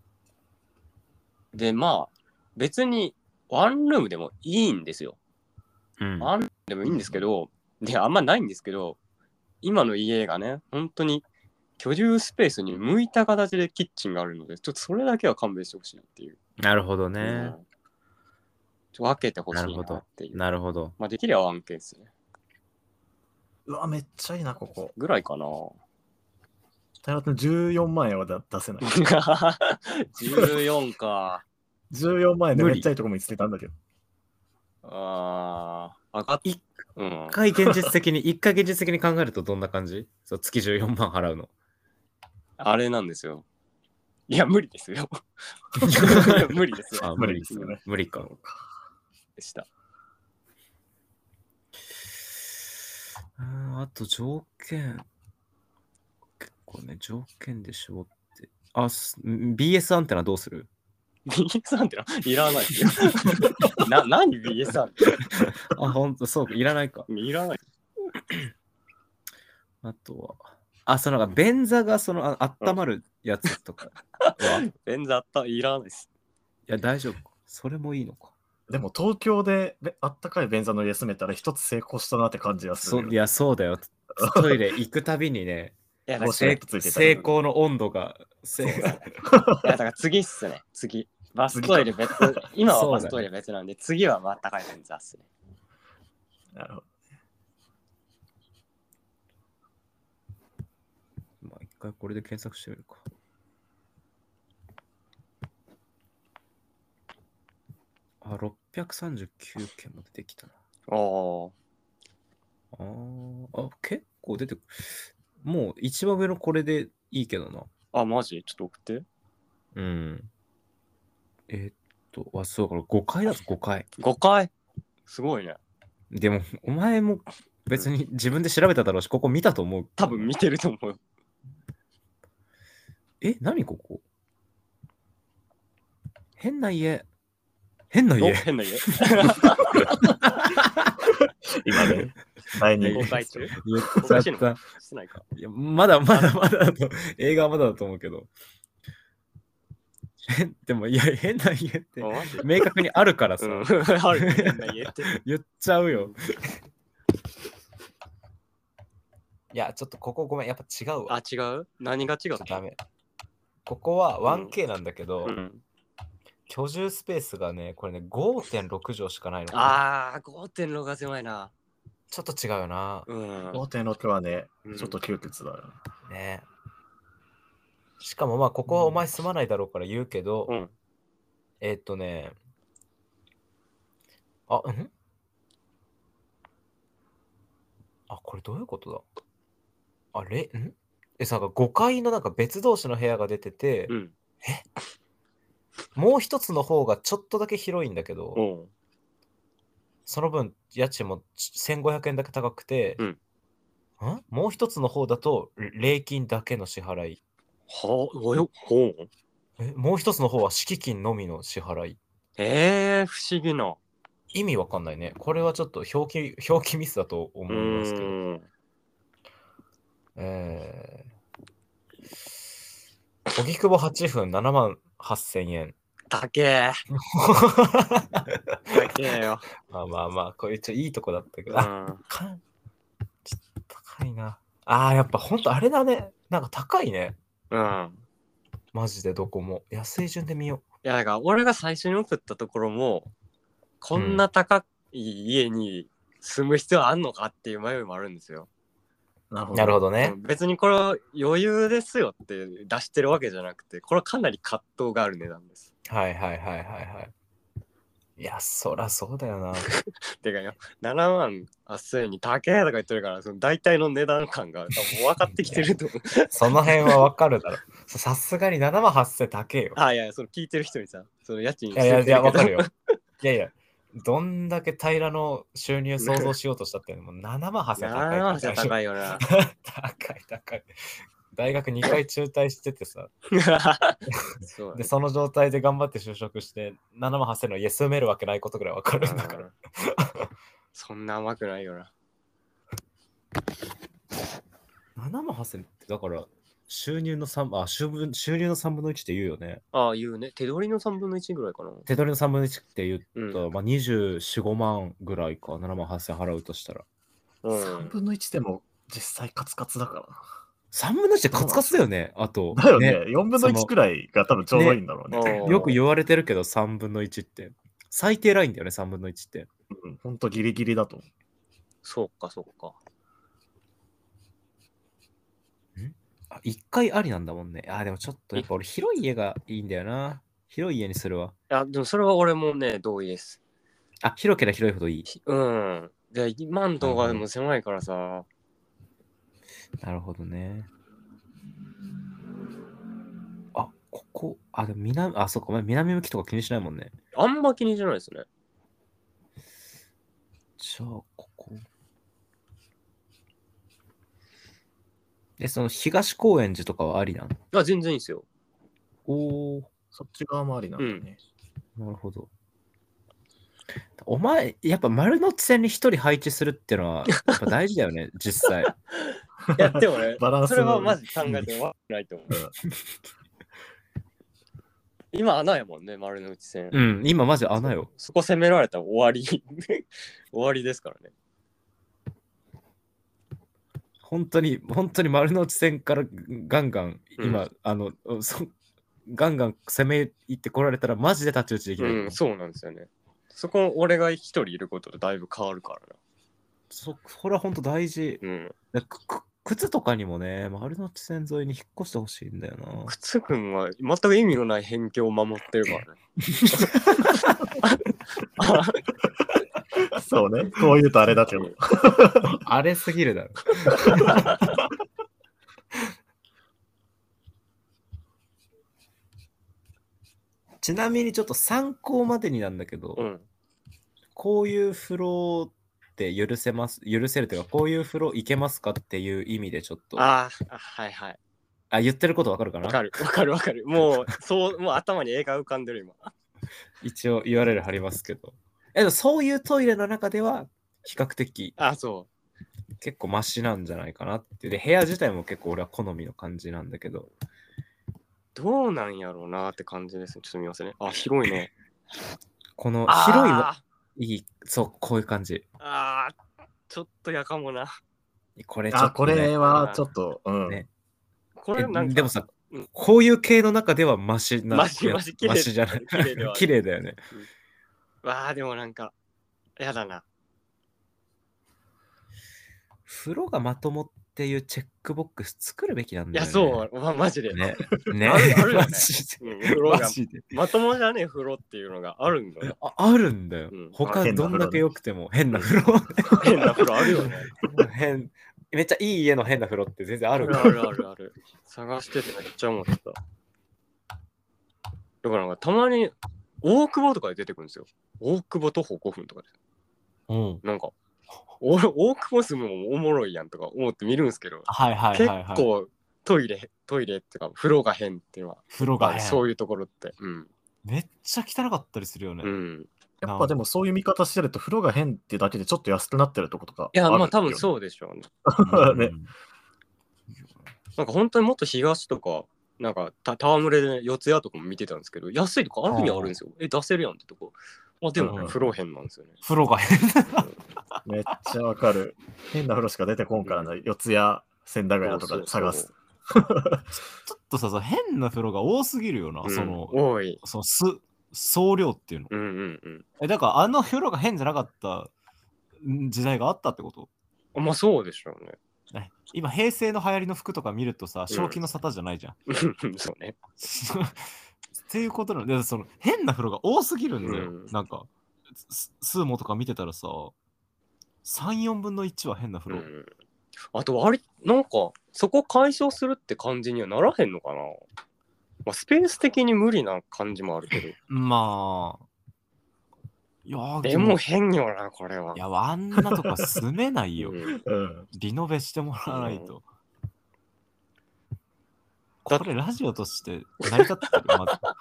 で、まあ、別にワンルームでもいいんですよ。ワンルームでもいいんですけど、で、あんまないんですけど、今の家がね、本当に居住スペースに向いた形でキッチンがあるので、ちょっとそれだけは勘弁してほしいなっていう。 なるほどね。 分けてほしいなっていう。 なるほど。 まあ、できればワンケースね。 うわ、めっちゃいいな、ここ。 ぐらいかな。 大学の14万円は出せない。 14か。 14万円でめっちゃいいとこ見つけたんだけど。 ああ、上がっ一うん。 回現実的に、一回現実的に考えるとどんな感じ？そう、月14万払うの。 あれなんですよ。いや、無理ですよ。いや無理ですよ。 あ、 無無理理ですよね。 無理か。 でした。 あと条件。結構ね、条件で絞って。あ、BS アンテナどうする？ BS アンテナいらないですよ。何 BS アンテあ、ほんと、そうか、いらないか。 ナいらない。 あとは、そのなんか便座が温まるやつとかは、い便座いらないです。 や、大丈夫か。それもいいのか。 でも東京であったかい便座の家住めたら一つ成功したなって感じがするよ。 いや、そうだよ。トイレ行くたびにね、 いや、 ウォシュレットついてた成り。 功の温度が、 そういやだから次っすね。次。バストイレ別。今はバストイレ別なんで、次はあったかい便座っすね。 なるほど。 まあ、一回これで検索してみるか。あ、639件も出てきたな。 お結構出てくる。もう一番上のこれでいいけどな。 あ、マジちょっと送って。 うん。そうから5回だぞ、5回。 5回すごいね。 でも、お前も別に自分で調べただろうし、ここ見たと思う。 多分見てると思う。 何ここ？変な家。変なお家。 変な家。 今ね、第2 公開中言っ公開してんのちゃった。 してないか。 いや、まだだと、映画はまだだと思うけど。でも、いや、変な家ってあマジ明確にあるからさ、 うん。あるね変な家って。 言っちゃうよ。いや、ちょっとここごめん、やっぱ違うわ。 あ、違う何が違うダメ。ここは 1K なんだけど、 うん。 居住スペースがね、これね、5.6 畳しかないの。 ああ、5.6が狭いな。 ちょっと違うよな。 うん。 5.6 はねうん、 ちょっと窮屈だよ。 ね。しかもまあ、ここはお前住まないだろうから言うけど、 うん。 これどういうことだ？なんか5階のなんか別同士の部屋が出てて、 うん。 もう一つの方がちょっとだけ広いんだけど、 うん。 その分家賃も1500円だけ高くて、もう一つの方だと礼金だけの支払い。 ほう。 もう一つの方は敷金のみの支払い。 不思議な。 意味わかんないね。これはちょっと表記ミスだと思いますけど。荻窪8分7万8000円。 高え。高えよ。 まあ、これいいとこだったけど。 うん。 ちょっと高いな。やっぱほんとあれだね。なんか高いね。 うん。 マジでどこも。安い順で見よいや、だから俺が最初に送ったところも、こんな高い家に住む必要あんのかっていう迷いもあるんですよ。 なう。なるほどね。 別にこれは余裕ですよって出してるわけじゃなくて、これはかなり葛藤がある値段です。 はい。いや、そらそうだよな。 てかよ、7万8000円に高えとか言ってるから、その大体の値段感が多分分かってきてると思う。 その辺はわかるだろ。さすがに7万8000高えよ。 いや、その聞いてる人にさ、その家賃いや、わかるよ。いや、どんだけ平らの収入想像しようとしたってもう7万8000高い。 7万8000高いよな。 高い。大学2回中退しててさ。 そうで、その状態で頑張って就職して7万8000の家住めるわけないことぐらいわかるんだから。 そんな甘くないよな。 7万8000ってだから収入の3分の1って言うよね。 言うね。手取りの3分の1ぐらいかな。 手取りの3分の1って言うと、24、5万ぐらいか。7万8000払うとしたら。 3分の1でも実際カツカツだから。 3分の1ってカツカツだよね。あと。 だよね。4分の1くらいが多分ちょうどいいんだろうね。 よく言われてるけど、3分の1って。最低ラインだよね、3分の1って。 ほんとギリギリだと。 そうか。 1回ありなんだもんね。でもちょっとやっぱ俺広い家がいいんだよな。 広い家にするわ。 や、でもそれは俺もね、同意です。 あ、広ければ広いほどいい。 うん。で、今んとこでも狭いからさ。 なるほどね。あ、ここ、あ、でも南、あ、そっか、お前南向きとか気にしないもんね。 あんま気にしないですね。 じゃあ、ここ。その東高円寺とかはありなの？ あ、全然いいですよ。 おー、 そっち側もありなんだね。 なるほど。お前、やっぱ丸の内線に一人配置するっていうのは、やっぱ大事だよね、実際。 いや、でもね、 バランスそれはマジ考えても悪くないと思う。今穴やもんね、丸の内線。 うん、今マジ穴よ。 そこ攻められたら終わり。終わりですからね。 本当に丸の内線からガンガン、今、ガンガン攻め入ってこられたらマジで太刀打ちできない。 うん、そうなんですよね。そこ、俺が一人いることでだいぶ変わるからな。 それは本当大事。 うん。 靴とかにもね、丸の内線沿いに引っ越してほしいんだよな。 靴くんは全く意味のない辺境を守ってるからね。 そうね。こう言うとあれだけど。 あれすぎるだろ。ちなみにちょっと参考までになんだけど、 うん。 こういう風呂って許せるというか、こういう風呂いけますかっていう意味でちょっと。 はいはい。 言ってることわかるかな？ わかる。もう頭に絵が浮かんでる今。 一応 URL 貼りますけど。そういうトイレの中では比較的結構マシなんじゃないかなって。で、部屋自体も結構俺は好みの感じなんだけど。 どうなんやろうなって感じですね。ちょっと見ますね。あ、広いね。 この広いはいい、そう、こういう感じ。 ちょっとやかもな。 これちょっと、ね、 これはちょっと、 ね。 これなんかでもさ、こういう系の中ではマシな。 マシじゃない。 綺麗だよね。 でもなんか、やだな。 風呂がまともっていうチェックボックス作るべきなんだよね。 いや、そう、マジで。 ね。 あるよね。 風呂がまともじゃねえ風呂っていうのがあるんだよ。 あるんだよ。他どんだけ良くても変な風呂。 変な風呂あるよね。 めっちゃいい家の変な風呂って全然あるから。 ある。探しててめっちゃ思った。だからなんかたまに大久保とかで出てくるんですよ。大久保徒歩5分とかで。なんか、大久保住むのもおもろいやんとか思って見るんですけど、結構トイレっていうか風呂が変っていうのは、 風呂が変。 そういうところって。 めっちゃ汚かったりするよね。 やっぱでもそういう見方してると風呂が変ってだけでちょっと安くなってるとことか。 いや、まあ多分そうでしょうね。なんか本当にもっと東とか、なんか戯れで四谷とかも見てたんですけど、安いとこあるにはあるんですよ。出せるやんってとこ。でも風呂変なんですよね。 風呂が変。 めっちゃわかる。変な風呂しか出てこんからな。四谷、千駄ヶ谷とかで探す。 ちょっとさ、変な風呂が多すぎるよな。 多い。 総量っていうの。だからあの風呂が変じゃなかった時代があったってこと？ まあそうでしょうね。 今平成の流行りの服とか見るとさ、正気の沙汰じゃないじゃん。 そうね。 っていうことなので、その変な風呂が多すぎるんだよ。なんか、スーモとか見てたらさ、3、4分の1は変な風呂。 あとなんか、そこ解消するって感じにはならへんのかな。まあ、スペース的に無理な感じもあるけど。 まあ。いやでも変よな、これは。 いや、あんなとこ住めないよ。リノベしてもらわないと。これラジオとして成り立ってる。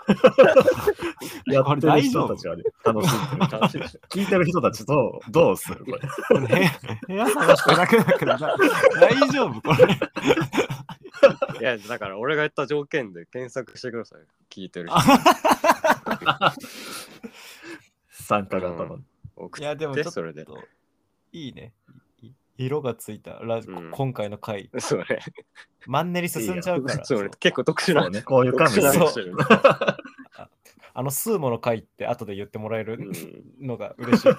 やってる人たちはね、楽しんでる。聞いてる人たちどうするこれ。 部屋探してなくなるけど、大丈夫これ。 いや、だから俺が言った条件で検索してください。聞いてる人。 参加型の。 いや、でもちょっといいね。色がついた今回の回。 そうね。 マンネリ進んじゃうから。 そうね。結構特殊なね。こういう感じで。 スーモの回って後で言ってもらえるのが嬉しい。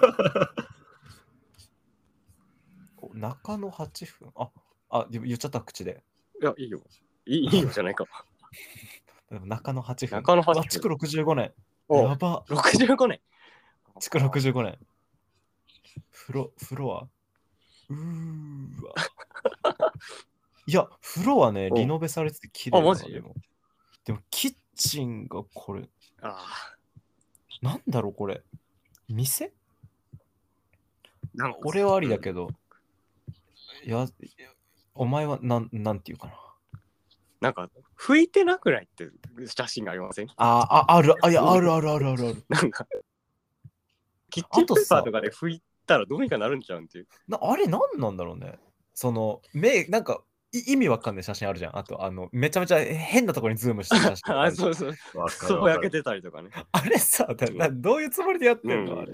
中野8分。言っちゃった口で。 いや、いいよ。いいよじゃないか。 でも中野8分。 中野8分。 築65年。 おやば。 65年。 築65年。フロア。わ。いや、風呂はね、リノベされてて綺麗だな。 マジ？ でもキッチンがこれ。なんだろうこれ。店？ なんか俺はありだけど。いや、お前はなんていうかな。 なんか拭いてなくないって写真がありません？ ある。いや、ある。 なんかキッチンペーパーとかで拭いたらどうにかなるんちゃうんっていう。 あれなんなんだろうね。そのなんか意味わかんない写真あるじゃん。あとめちゃめちゃ変なところにズームしてる写真。 そう。そう焼けてたりとかね。 あれさ、どういうつもりでやってんの、あれ。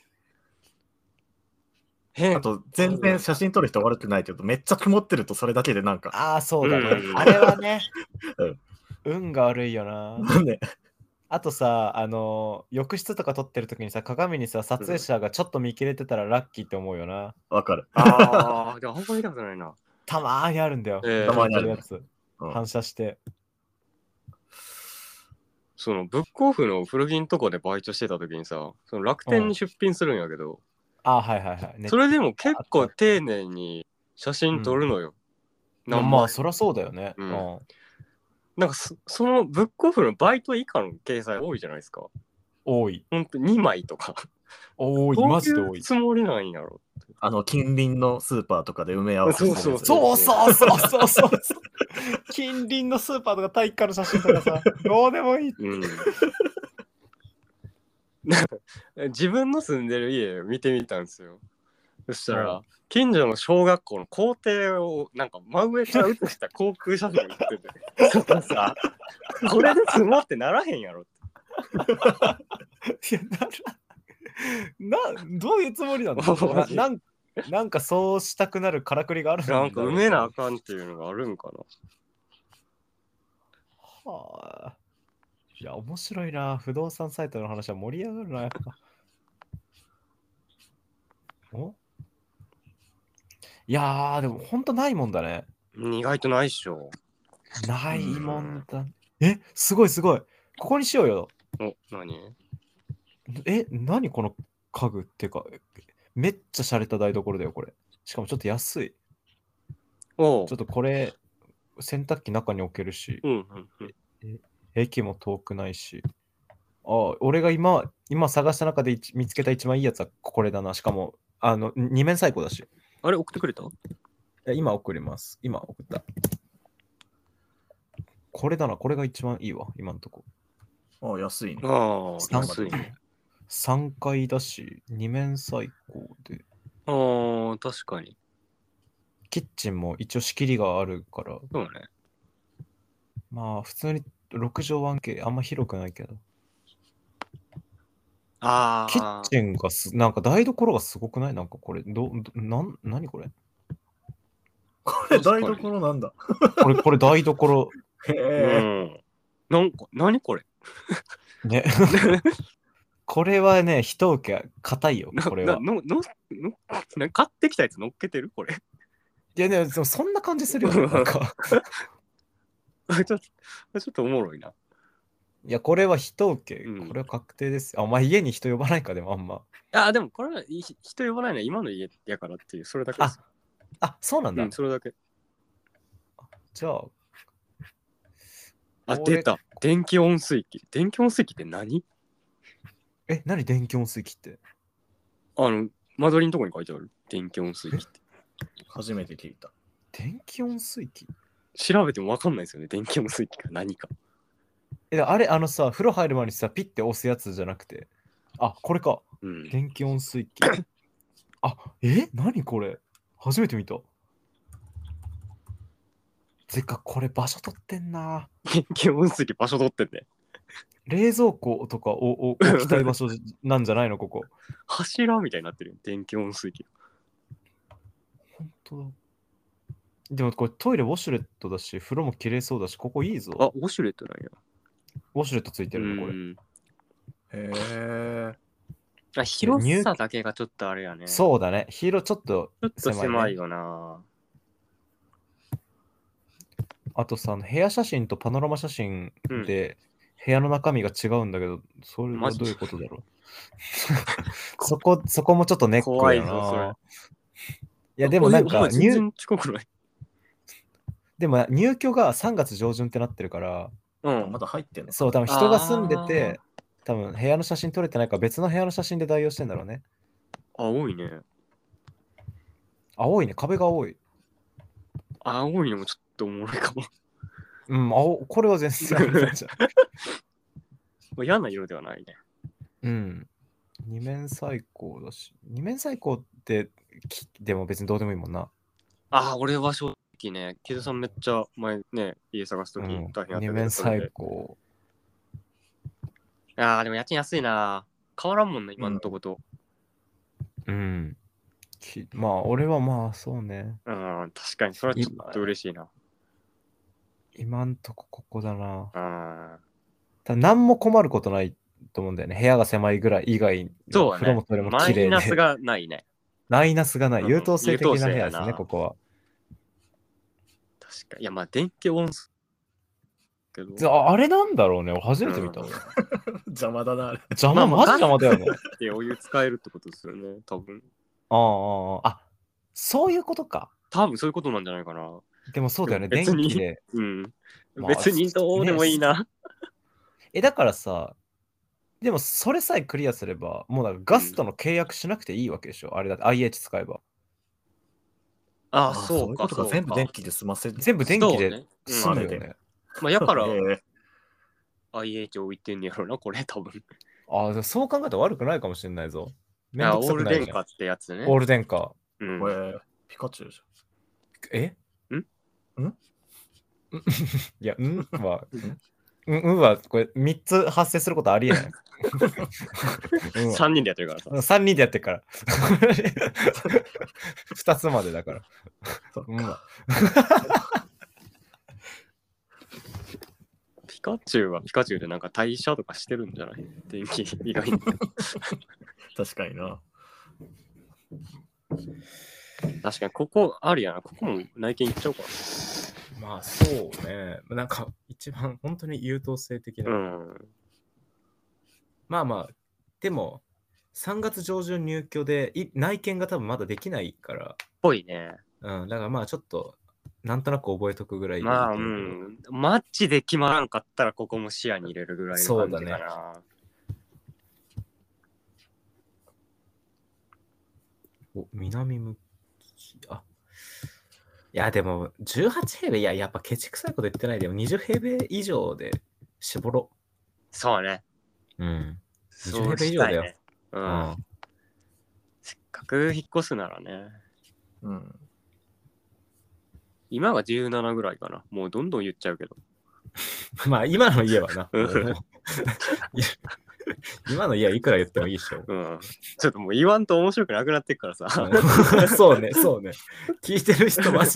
あと、全然写真撮る人悪くないけど、めっちゃ曇ってるとそれだけでなんか。 そうだね。あれはね、運が悪いよな。あとさ、浴室とか撮ってる時にさ、鏡にさ、撮影者がちょっと見切れてたらラッキーって思うよな。 わかる。 でもあんま見たことないな。 たまーにあるんだよ。 たまにあるやつ。反射して。 そのブックオフの古着のとこでバイトしてた時にさ、その楽天に出品するんやけど、 はい。 それでも結構丁寧に写真撮るのよ。 まあ、そりゃそうだよね。 なんかそのブックオフのバイト以下の掲載多いじゃないですか。 多い。 ほんと2枚とか。 多い、マジで多い。 どういうつもりなんやろ。 近隣のスーパーとかで埋め合わせて。 そう。 近隣のスーパーとか体育館の写真とかさ、どうでもいい。 自分の住んでる家見てみたんですよ。そしたら、近所の小学校の校庭をなんか真上から写した航空写真を撮ってて、そこさ、これで住もうってならへんやろって。 いや、どういうつもりなの？なんかそうしたくなるからくりがあるんだろう。 なんか埋めなあかんっていうのがあるんかな。はあ。いや、面白いな。不動産サイトの話は盛り上がるな、やっぱ。いやー、でもほんとないもんだね。 意外とないっしょ。 ないもんだ。すごい。ここにしようよ。何この家具っていうか、めっちゃ洒落た台所だよ、これ。しかもちょっと安い。ちょっとこれ、洗濯機中に置けるし、駅も遠くないし。俺が今探した中で見つけた一番いいやつはこれだな。しかも、二面最高だし。 あれ、送ってくれた？ 今送ります。今送った。これだな。これが一番いいわ、今のとこ。 安いね。 安いね。 3階だし、二面最高で。 確かに。 キッチンも一応仕切りがあるから。 そうね。 まあ、普通に6畳 1K、あんま広くないけど。キッチンがなんか台所がすごくない？なんかこれ、何これ？ これ台所なんだ。 これ台所。 なんか、何これ？ ね。これはね、一受け硬いよ、これは。 買ってきたやつ乗っけてるこれ。 いやね、そんな感じするよ、なんか。 ちょっとおもろいな。 いや、これは人受け。これは確定です。お前家に人呼ばないか、でもあんま。 でもこれは人呼ばないのは今の家やからっていう、それだけです。 そうなんだ。 それだけ。 じゃあ、出た。電気温水器。電気温水器って何？ 何電気温水器って？ 間取りのとこに書いてある。電気温水器って。 初めて聞いた。 電気温水器？ 調べても分かんないですよね。電気温水器が何か。 あれ、さ、風呂入る前にさ、ピッて押すやつじゃなくて。これか。電気温水器。何これ？初めて見た。てか、これ場所取ってんな。 電気温水器場所取ってんね。 冷蔵庫とかを置きたい場所なんじゃないの、ここ。 柱みたいになってるよ。電気温水器。 本当だ。でもこれトイレウォシュレットだし、風呂も綺麗そうだし、ここいいぞ。 ウォシュレットなんや。 ウォシュレットついてるの、これ。 へえ。広さだけがちょっとあれやね。 そうだね。ちょっと狭いよな。 あとさ、部屋写真とパノラマ写真うん。 で部屋の中身が違うんだけど、それマジはどういうことだろう。そこもちょっとネックだ怖いぞ、それ。 な。いや、でもなんかお前全然近くない。 でも入居が3月上旬ってなってるから、 うん。 まだ入ってんのか。 そう、多分人が住んでて、多分部屋の写真撮れてないから別の部屋の写真で代用してんだろうね。 青いね。 青いね、壁が青い。 青いのもちょっとおもろいかも。 うん、これは全然あれなんじゃん。 まあ嫌な色ではないね。 うん。二面採光だし。二面採光ってでも別にどうでもいいもんな。 俺は正直ね、キズさんめっちゃ前ね、家探すとき大変だったけど、 二面それで採光。 でも家賃安いな。変わらんもんね、今のとこと。 うん。まあ、俺はまあ、そうね。 確かに、それはちょっと嬉しいな。 今んとこここだな。 うん。 何も困ることないと思うんだよね。部屋が狭いぐらい以外そうね風呂もトイレもマ綺麗で。 イナスがないね。 マイナスがない。優等生的な部屋ですね、 優等生やなここは。 確かに。いや、まあ、電気温水けど。 あれなんだろうね。俺初めて見たわ。 邪魔だな、あれ。 邪魔、マジ邪魔だよね。 で、お湯使えるってことですよね、多分。 そういうことか。 多分そういうことなんじゃないかな。 でもそうだよね、電別に気で。まあ別にどうでもいいな。 だからさ、でもそれさえクリアすれば、もうなんかガスとの契約しなくていいわけでしょ。あれだって IH 使えば。 そうか、そうか。 全部電気で済ませる。 全部電気で済むよね。 まあ、やから、IH 置いてんねやろな、これ、多分。 そう考えたら悪くないかもしれないぞ。 オール電化ってやつね。 オール電化。 ピカチュウじゃん。 んいや、は、これ3つ発生することありえない。 3人でやってるからさ。 3人でやってるから。2つまでだから。 ピカチュウはピカチュウでなんか代謝とかしてるんじゃない電気以外に。 確かにな。 確かに、ここありやな。ここも内見行っちゃおうか。 まあそうね。なんか一番本当に優等生的な。まあまあ、でも3月上旬入居で内見が多分まだできないから。 ぽいね。 だからまあちょっとなんとなく覚えとくぐらいでいいとまあ、 思うけど。 マッチで決まらんかったらここも視野に入れるぐらいの感じかな。 そうだね。南向き。いや、でも、18平米、やっぱケチくさいこと言ってないでも、20平米以上で絞ろう。そうね。 20平米以上だよ。 せっかく引っ越すならね。今が17ぐらいかな。もうどんどん言っちゃうけど。 まあ、今の家はな。今の家はいくら言ってもいいでしょ。 ちょっともう言わんと面白くなくなってっからさ。 そうね。聞いてる人マジ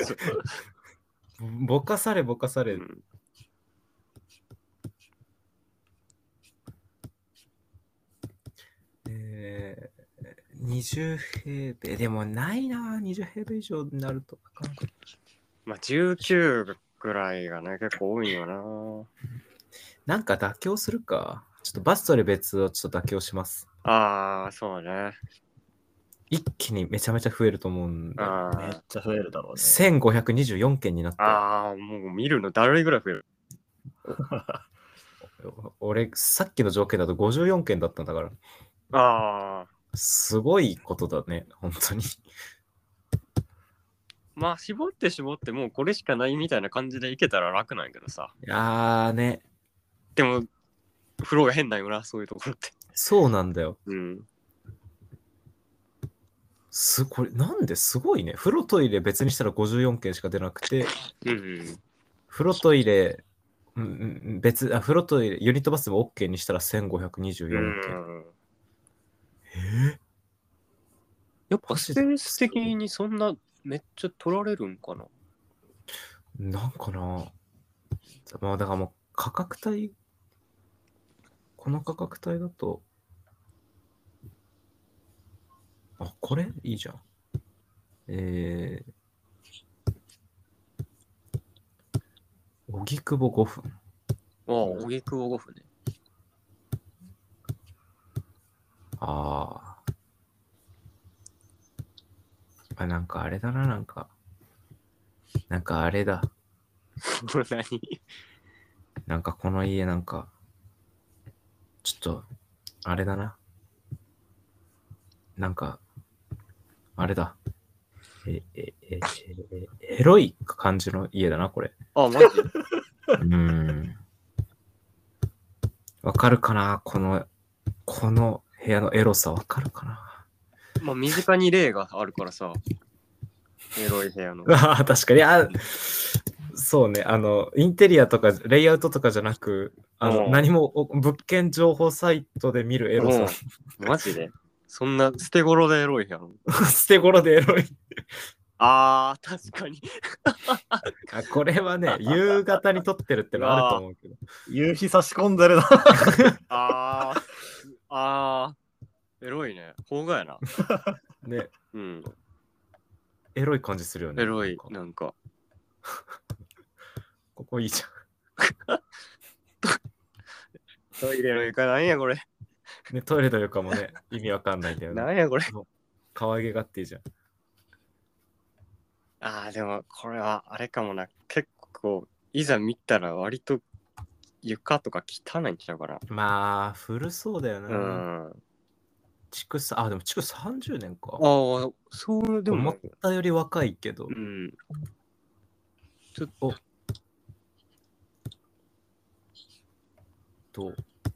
ぼかされ。20平米。でもないな、20平米以上になると。 まあ、19ぐらいがね、結構多いよな。 なんか妥協するか。ちょっとバストで別をちょっと妥協します。 そうね。 一気にめちゃめちゃ増えると思うんで。 めっちゃ増えるだろうね。 1524件になった。 もう見るのだるいぐらい増える。 俺、さっきの条件だと54件だったんだから。すごいことだね、本当に。 まあ、絞ってもうこれしかないみたいな感じでいけたら楽なんやけどさ。 ね。 でも、風呂が変だよな、そういうところって。 そうなんだよ。これなんですごいね。風呂トイレ別にしたら54件しか出なくて、風呂トイレ、風呂トイレ、ユニットバスでも OK にしたら1524件。 やっぱスペース的にそんなめっちゃ取られるんかな。 なんかな。まあだからもう価格帯、この価格帯だと、これいいじゃん。 荻窪5分。 ああ、荻窪5分ね。 ああ。なんかあれだな、なんかあれだ。 何なんかこの家なんか、ちょっと、あれだな。なんか、あれだ。エロい感じの家だな、これ。 あ、マジわかるかなこの部屋のエロさわかるかな。 まあ、身近に例があるからさ。エロい部屋の。 ああ、確かに。そうね。インテリアとか、レイアウトとかじゃなく、何も物件情報サイトで見るエロさ。 マジでそんな捨て頃でエロい部屋の捨て頃でエロい。 あー、確かに。 これはね、夕方に撮ってるってのあると思うけど。 夕日差し込んでるな。 エロいね。邦画やな。 ね。 うん。 エロい感じするよね。 エロい、なんか。 ここいいじゃん。 トイレの床なんやこれ。 ね、トイレの床もね、意味わかんないんだよね。 なんやこれ。 可愛げがっていいじゃん。 でもこれはあれかもな。結構、いざ見たら割と床とか汚いんちゃうかな。 まあ、古そうだよな。 うん。 でも築30年か。 そうでも。 思ったより若いけど。 うん。ちょっと。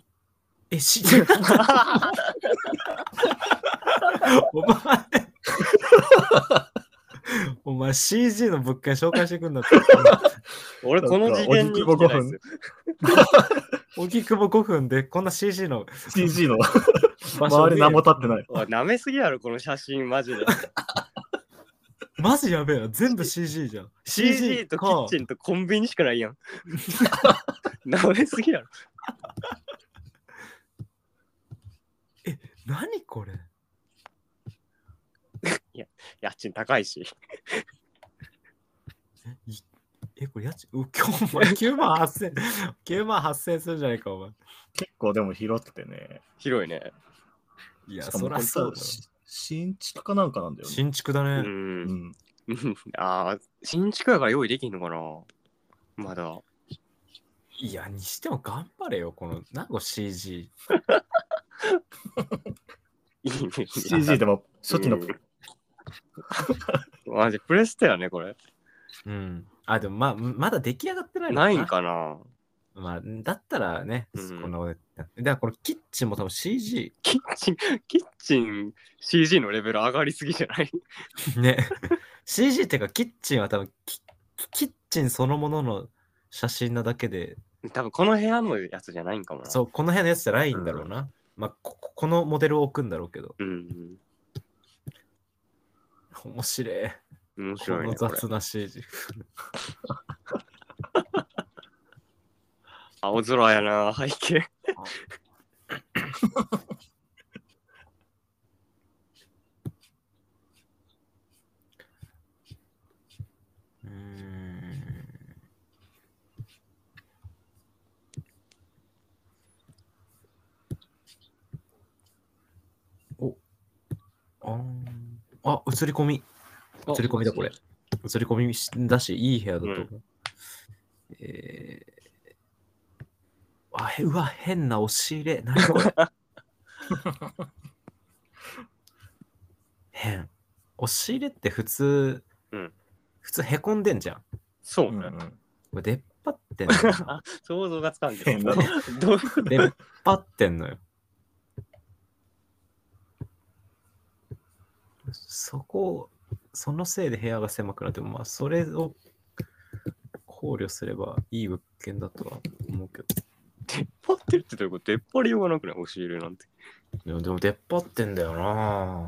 お前 CG の物件紹介してくんだって。 俺この次元に生きてないですよ。 荻窪5分でこんな CG の周り何も立ってない。 なめすぎやろこの写真マジで。 マジやべえな、全部 CG じゃん。 CG とキッチンとコンビニしかないやん。なめすぎやろ。 何これ。 いや、家賃高いし。 これ家賃、今日お前9万8000、9万8000するんじゃないか、お前。 結構でも広くてね。 広いね。 いや、そりゃそうだ。 新築かなんかなんだよね。 新築だね。 新築やから用意できんのかなまだ。 いや、にしても頑張れよ、この、なんか CG。 CG でも初期の。 マジ、プレステやね、これ。 でもまだ出来上がってないのかな。ないんかな。 だったらね、この、だからこれキッチンも多分 CG。 キッチン CG のレベル上がりすぎじゃないね。CG っていうか、キッチンは多分キッチンそのものの写真なだけで。 多分この部屋のやつじゃないんかもな。 そう、この部屋のやつじゃないんだろうな。このモデルを置くんだろうけど。面白い。 面白いね。 この雑な CG。 青空やな、背景。 映り込み。映り込みだ、これ。映り込みだし、いい部屋だと思う。うわ、変な押し入れ。何これ。変。押し入れって普通へこんでんじゃん。 そうね。 これ出っ張ってんの。 想像がつかんけど。 出っ張ってんのよ。そのせいで部屋が狭くなっても、それを考慮すればいい物件だとは思うけど。 出っ張ってるってどういうこと？出っ張りようがなくない？押し入れなんて。 でも出っ張ってんだよな。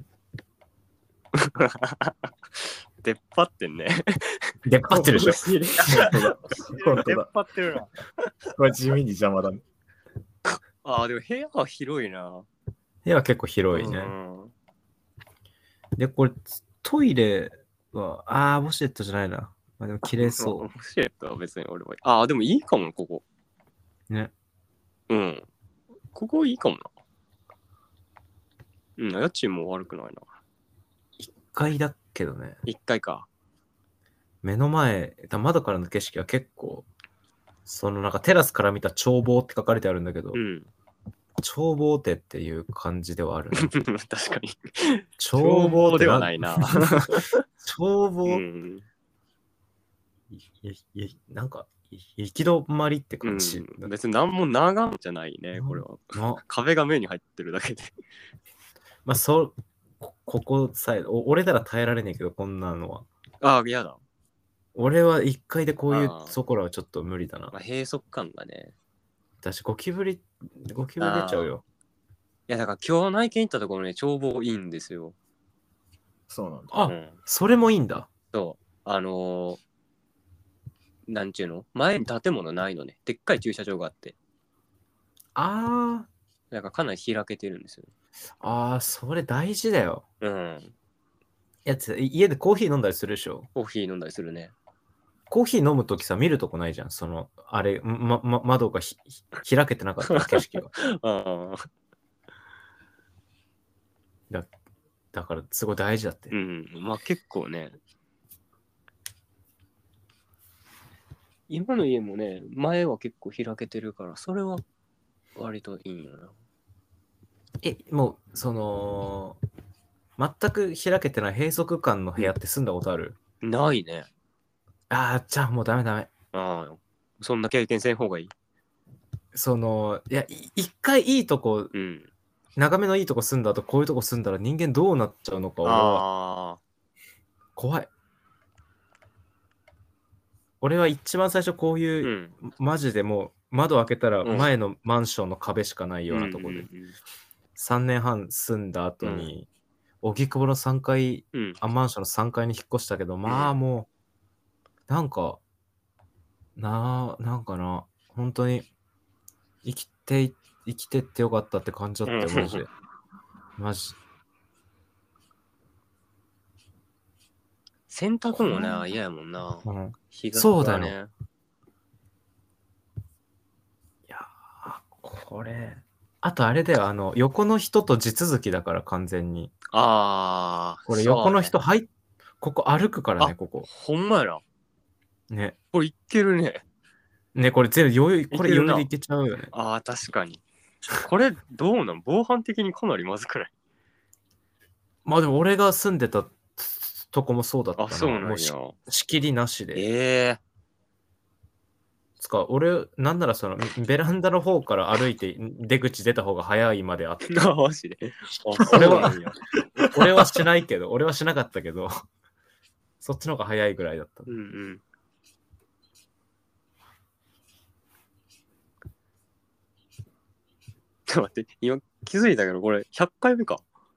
出っ張ってんね。 出っ張ってるでしょ。 出っ張ってるな。 これ地味に邪魔だね。 でも部屋は広いな。 部屋は結構広いね。で、これ、トイレは、ウォシュレットじゃないな。 まあでも綺麗面そ白いとは別に俺は。ああ、でもいいかも、ここ。 う。ね。 うん。ここいいかもな。うん、家賃も悪くないな。 1階だけどね。 1階か。 目の前、窓からの景色は結構、なんかテラスから見た眺望って書かれてあるんだけど、 うん。 眺望手っていう感じではあるな。 確かに。 眺望ってではないな。 眺望、 うん。 なんか、行き止まりってう感じ。 ん、別に何も眺めじゃないね、これは。壁が目に入ってるだけで。 まあ、ここさえ、俺なら耐えられねえけど、こんなのは。 ああ、嫌だ。 俺は1階でこういうところはちょっと無理だな。 まあ、閉塞感だね。 私、ゴキブリ出ちゃうよ。 いや、だから今日内見行ったところね、眺望いいんですよ。 そうなんだ。 あ、それもいいんだ。 そう。なんちゅうの前に建物ないのね。でっかい駐車場があって。 あだからかなり開けてるんですよ。 それ大事だよ。 うん。 家でコーヒー飲んだりするでしょ。 コーヒー飲んだりするね。 コーヒー飲むときさ、見るとこないじゃん。窓が開けてなかった景色が。 ああ。 だから、すごい大事だって。 うん。まあ結構ね。今の家もね、前は結構開けてるから、それは割といいんよな。 もう、全く開けてない閉塞感の部屋って住んだことある？ ないね。 じゃあもうダメ。 ああ、そんな経験せん方がいい。 一回いいとこ、 うん。 眺めのいいとこ住んだ後、こういうとこ住んだら人間どうなっちゃうのか、俺は怖い。俺は一番最初こういう、マジでもう窓開けたら前のマンションの壁しかないようなところで、3年半住んだ後に、荻窪の3階、マンションの3階に引っ越したけど、まあもう、なんかな、本当に生きてってよかったって感じだったよ、マジで。マジ。 洗濯もね、嫌やもんな。 そうだよ。いやこれ。あとあれだよ、横の人と地続きだから完全に。これ横の人ここ歩くからね、ここ。 ほんまやな。 ね。 これいけるね。 ね、これ全部余裕でいけちゃうよね。 確かに。これどうなん防犯的にかなりまずくない？ まあでも俺が住んでたとこもそうだったな。 そうなんや。 もう仕切りなしで。俺、なんならベランダの方から歩いて出口出た方が早いまであった。 マジで俺はしないけど、俺はしなかったけど、そっちの方が早いぐらいだった。 ちょっと待って、今気づいたけど、これ100回目か。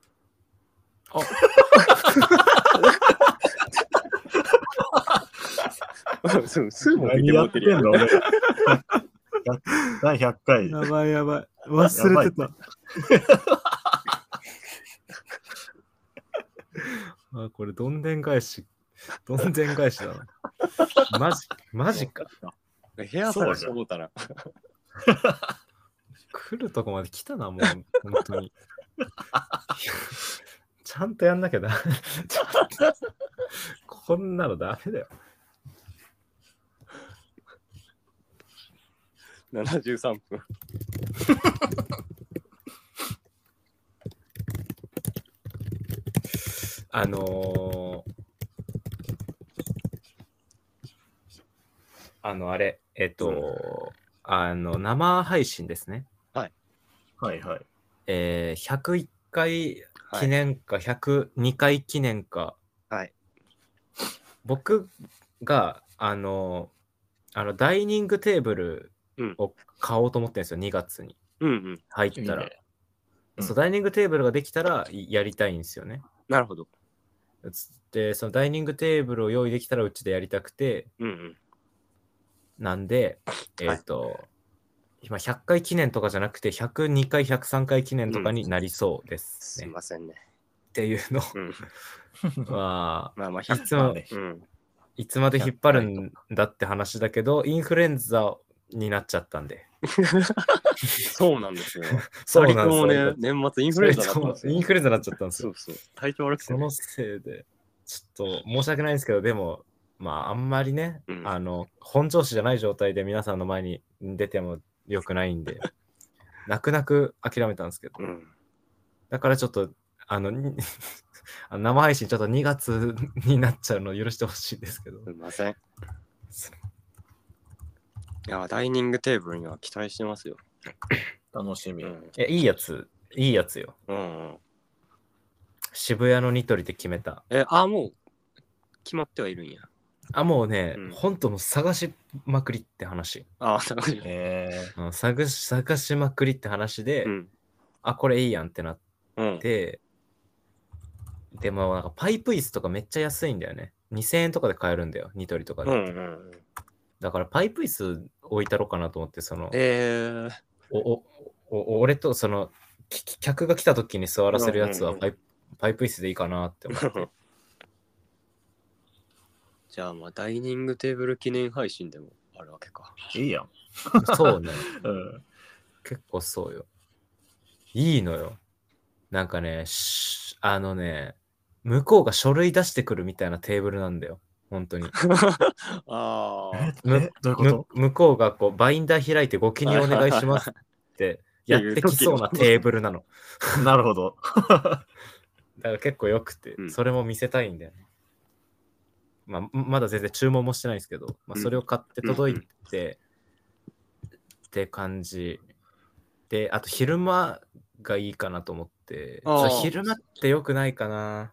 すぐ見てもってるやん。 第100回。 やばい。忘れてた。これどんでん返しだな。マジか。 部屋探して思ったな。 来るとこまで来たな、もう、本当に。ちゃんとやんなきゃだ。こんなのダメだよ。 73分。 あれ、生配信ですね。 はい。 101回記念か、102回記念か。 はい。 僕が、ダイニングテーブルを買おうと思ってるんですよ、2月に。入ったら。ダイニングテーブルができたらやりたいんですよね。 なるほど。 で、そのダイニングテーブルを用意できたらうちでやりたくて、なんで、今100回記念とかじゃなくて、102回、103回記念とかになりそうですね。 すいませんね。 っていうのは、 まあ、 いつも、 いつまで引っ張るんだって話だけど、インフルエンザになっちゃったんで。 そうなんですよ。 そうなんですよ二人ともね、年末インフルエンザだったんですよ。 インフルエンザになっちゃったんですよ。 そうそう。体調悪くて、ね。 そのせいで、ちょっと申し訳ないんですけど、でも、まあ、あんまりね、本調子じゃない状態で皆さんの前に出ても良くないんで、泣く泣く諦めたんですけど、だからちょっと、生配信ちょっと2月になっちゃうのを許してほしいですけど。 すみません。いや、ダイニングテーブルには期待してますよ。 楽しみ。 いいやつよ。渋谷のニトリで決めた。 もう決まってはいるんや。 もうね、ほんともう探しまくりって話。 探しまくりって話で、これいいやんってなって、でもなんかパイプ椅子とかめっちゃ安いんだよね。2000円とかで買えるんだよ、ニトリとかで。だからパイプ椅子置いたろうかなと思って、俺とその客が来た時に座らせるやつはパイプ椅子でいいかなって思って。 じゃあまあダイニングテーブル記念配信でもあるわけか。 いいやん。 そうね。結構そうよ。いいのよ。なんかね、向こうが書類出してくるみたいなテーブルなんだよ。本当に。 どういうこと？ 向こうがこうバインダー開いてご記入お願いしますってやってきそうなテーブルなの。 なるほど。 だから結構よくて、それも見せたいんだよね。まだ全然注文もしてないんですけど、それを買って届いて、って感じで、あと昼間がいいかなと思って、昼間ってよくないかな。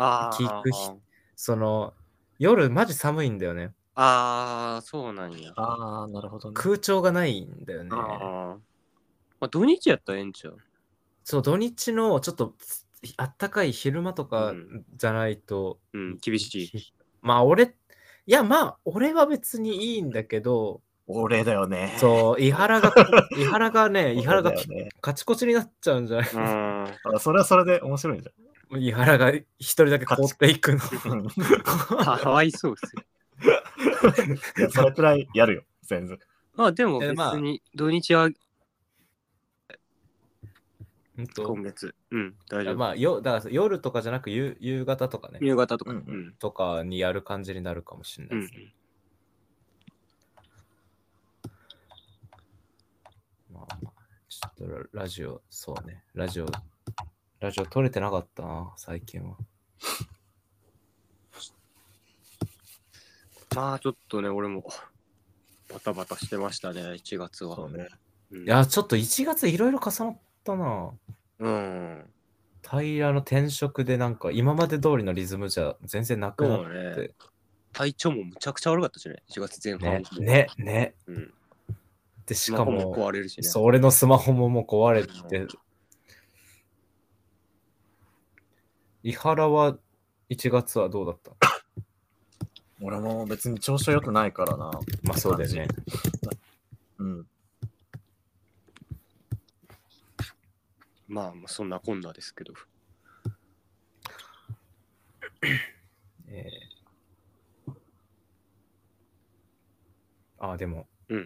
夜マジ寒いんだよね。 そうなんや。 なるほどね。 空調がないんだよね。 土日やったらええんちゃう？ そう、土日のちょっとあったかい昼間とかじゃないと、 厳しい。 俺は別にいいんだけど、 俺だよね。 そう、伊原がカチコチになっちゃうんじゃない？ それはそれで面白いんじゃん。伊原が一人だけ凍っていくの。 かわいそうっすよ。 いや、それくらいやるよ、全然。 でも別に土日は今月。大丈夫。 だから夜とかじゃなく夕方とかね。 夕方とか。 とかにやる感じになるかもしれないですね。ちょっとラジオ、そうね。ラジオ撮れてなかったな、最近は。 ちょっとね、俺もバタバタしてましたね、1月は。 そうね。 いや、ちょっと1月いろいろ重なったな。平の転職でなんか今まで通りのリズムじゃ全然なくなって。 体調もむちゃくちゃ悪かったしね、1月前半。 ね。で、しかも、 壊れるしね。 そう、俺のスマホももう壊れて。伊原は1月はどうだった？ 俺も別に調子良くないからな。 そうだよね。 そんなこんなですけど。 でも、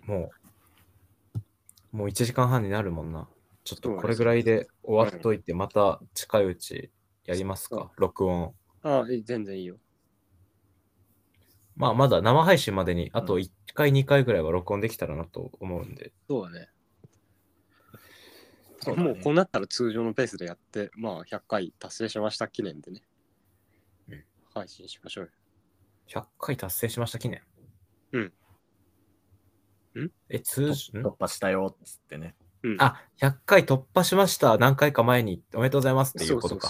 もう1時間半になるもんな。ちょっとこれぐらいで終わっといて、また近いうちやりますか、録音。 全然いいよ。 まだ生配信までにあと1回、2回ぐらいは録音できたらなと思うんで。 そうだね。もうこうなったら通常のペースでやって、100回達成しました記念でね。配信しましょうよ。 100回達成しました記念。 突破したよっつってね。 100回突破しました。何回か前におめでとうございますっていうことか。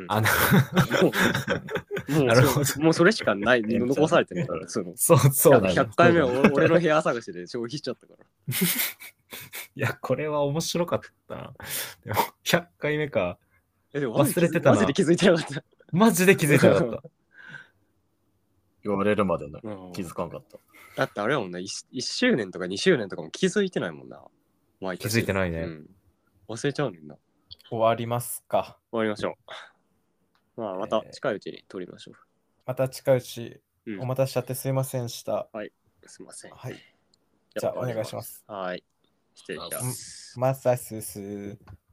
もうそれしかない残されてるから。 そうだね。 100回目は俺の部屋探しで消費しちゃったから。 いや、これは面白かったな。でも100回目か。 忘れてたな。マジで気づいてなかった。 マジで気づいてなかった。 言われるまで気づかなかった。 だってあれはもんな、1周年とか2周年とかも気づいてないもんな。 気づいてないね。 忘れちゃうねんな。 終わりますか。 終わりましょう。また近いうちに撮りましょう。 また近いうちうんお待たせしちゃってすいませんでした。 すいません。 はい。じゃあお願いします。 はい。失礼します。 マッサスス。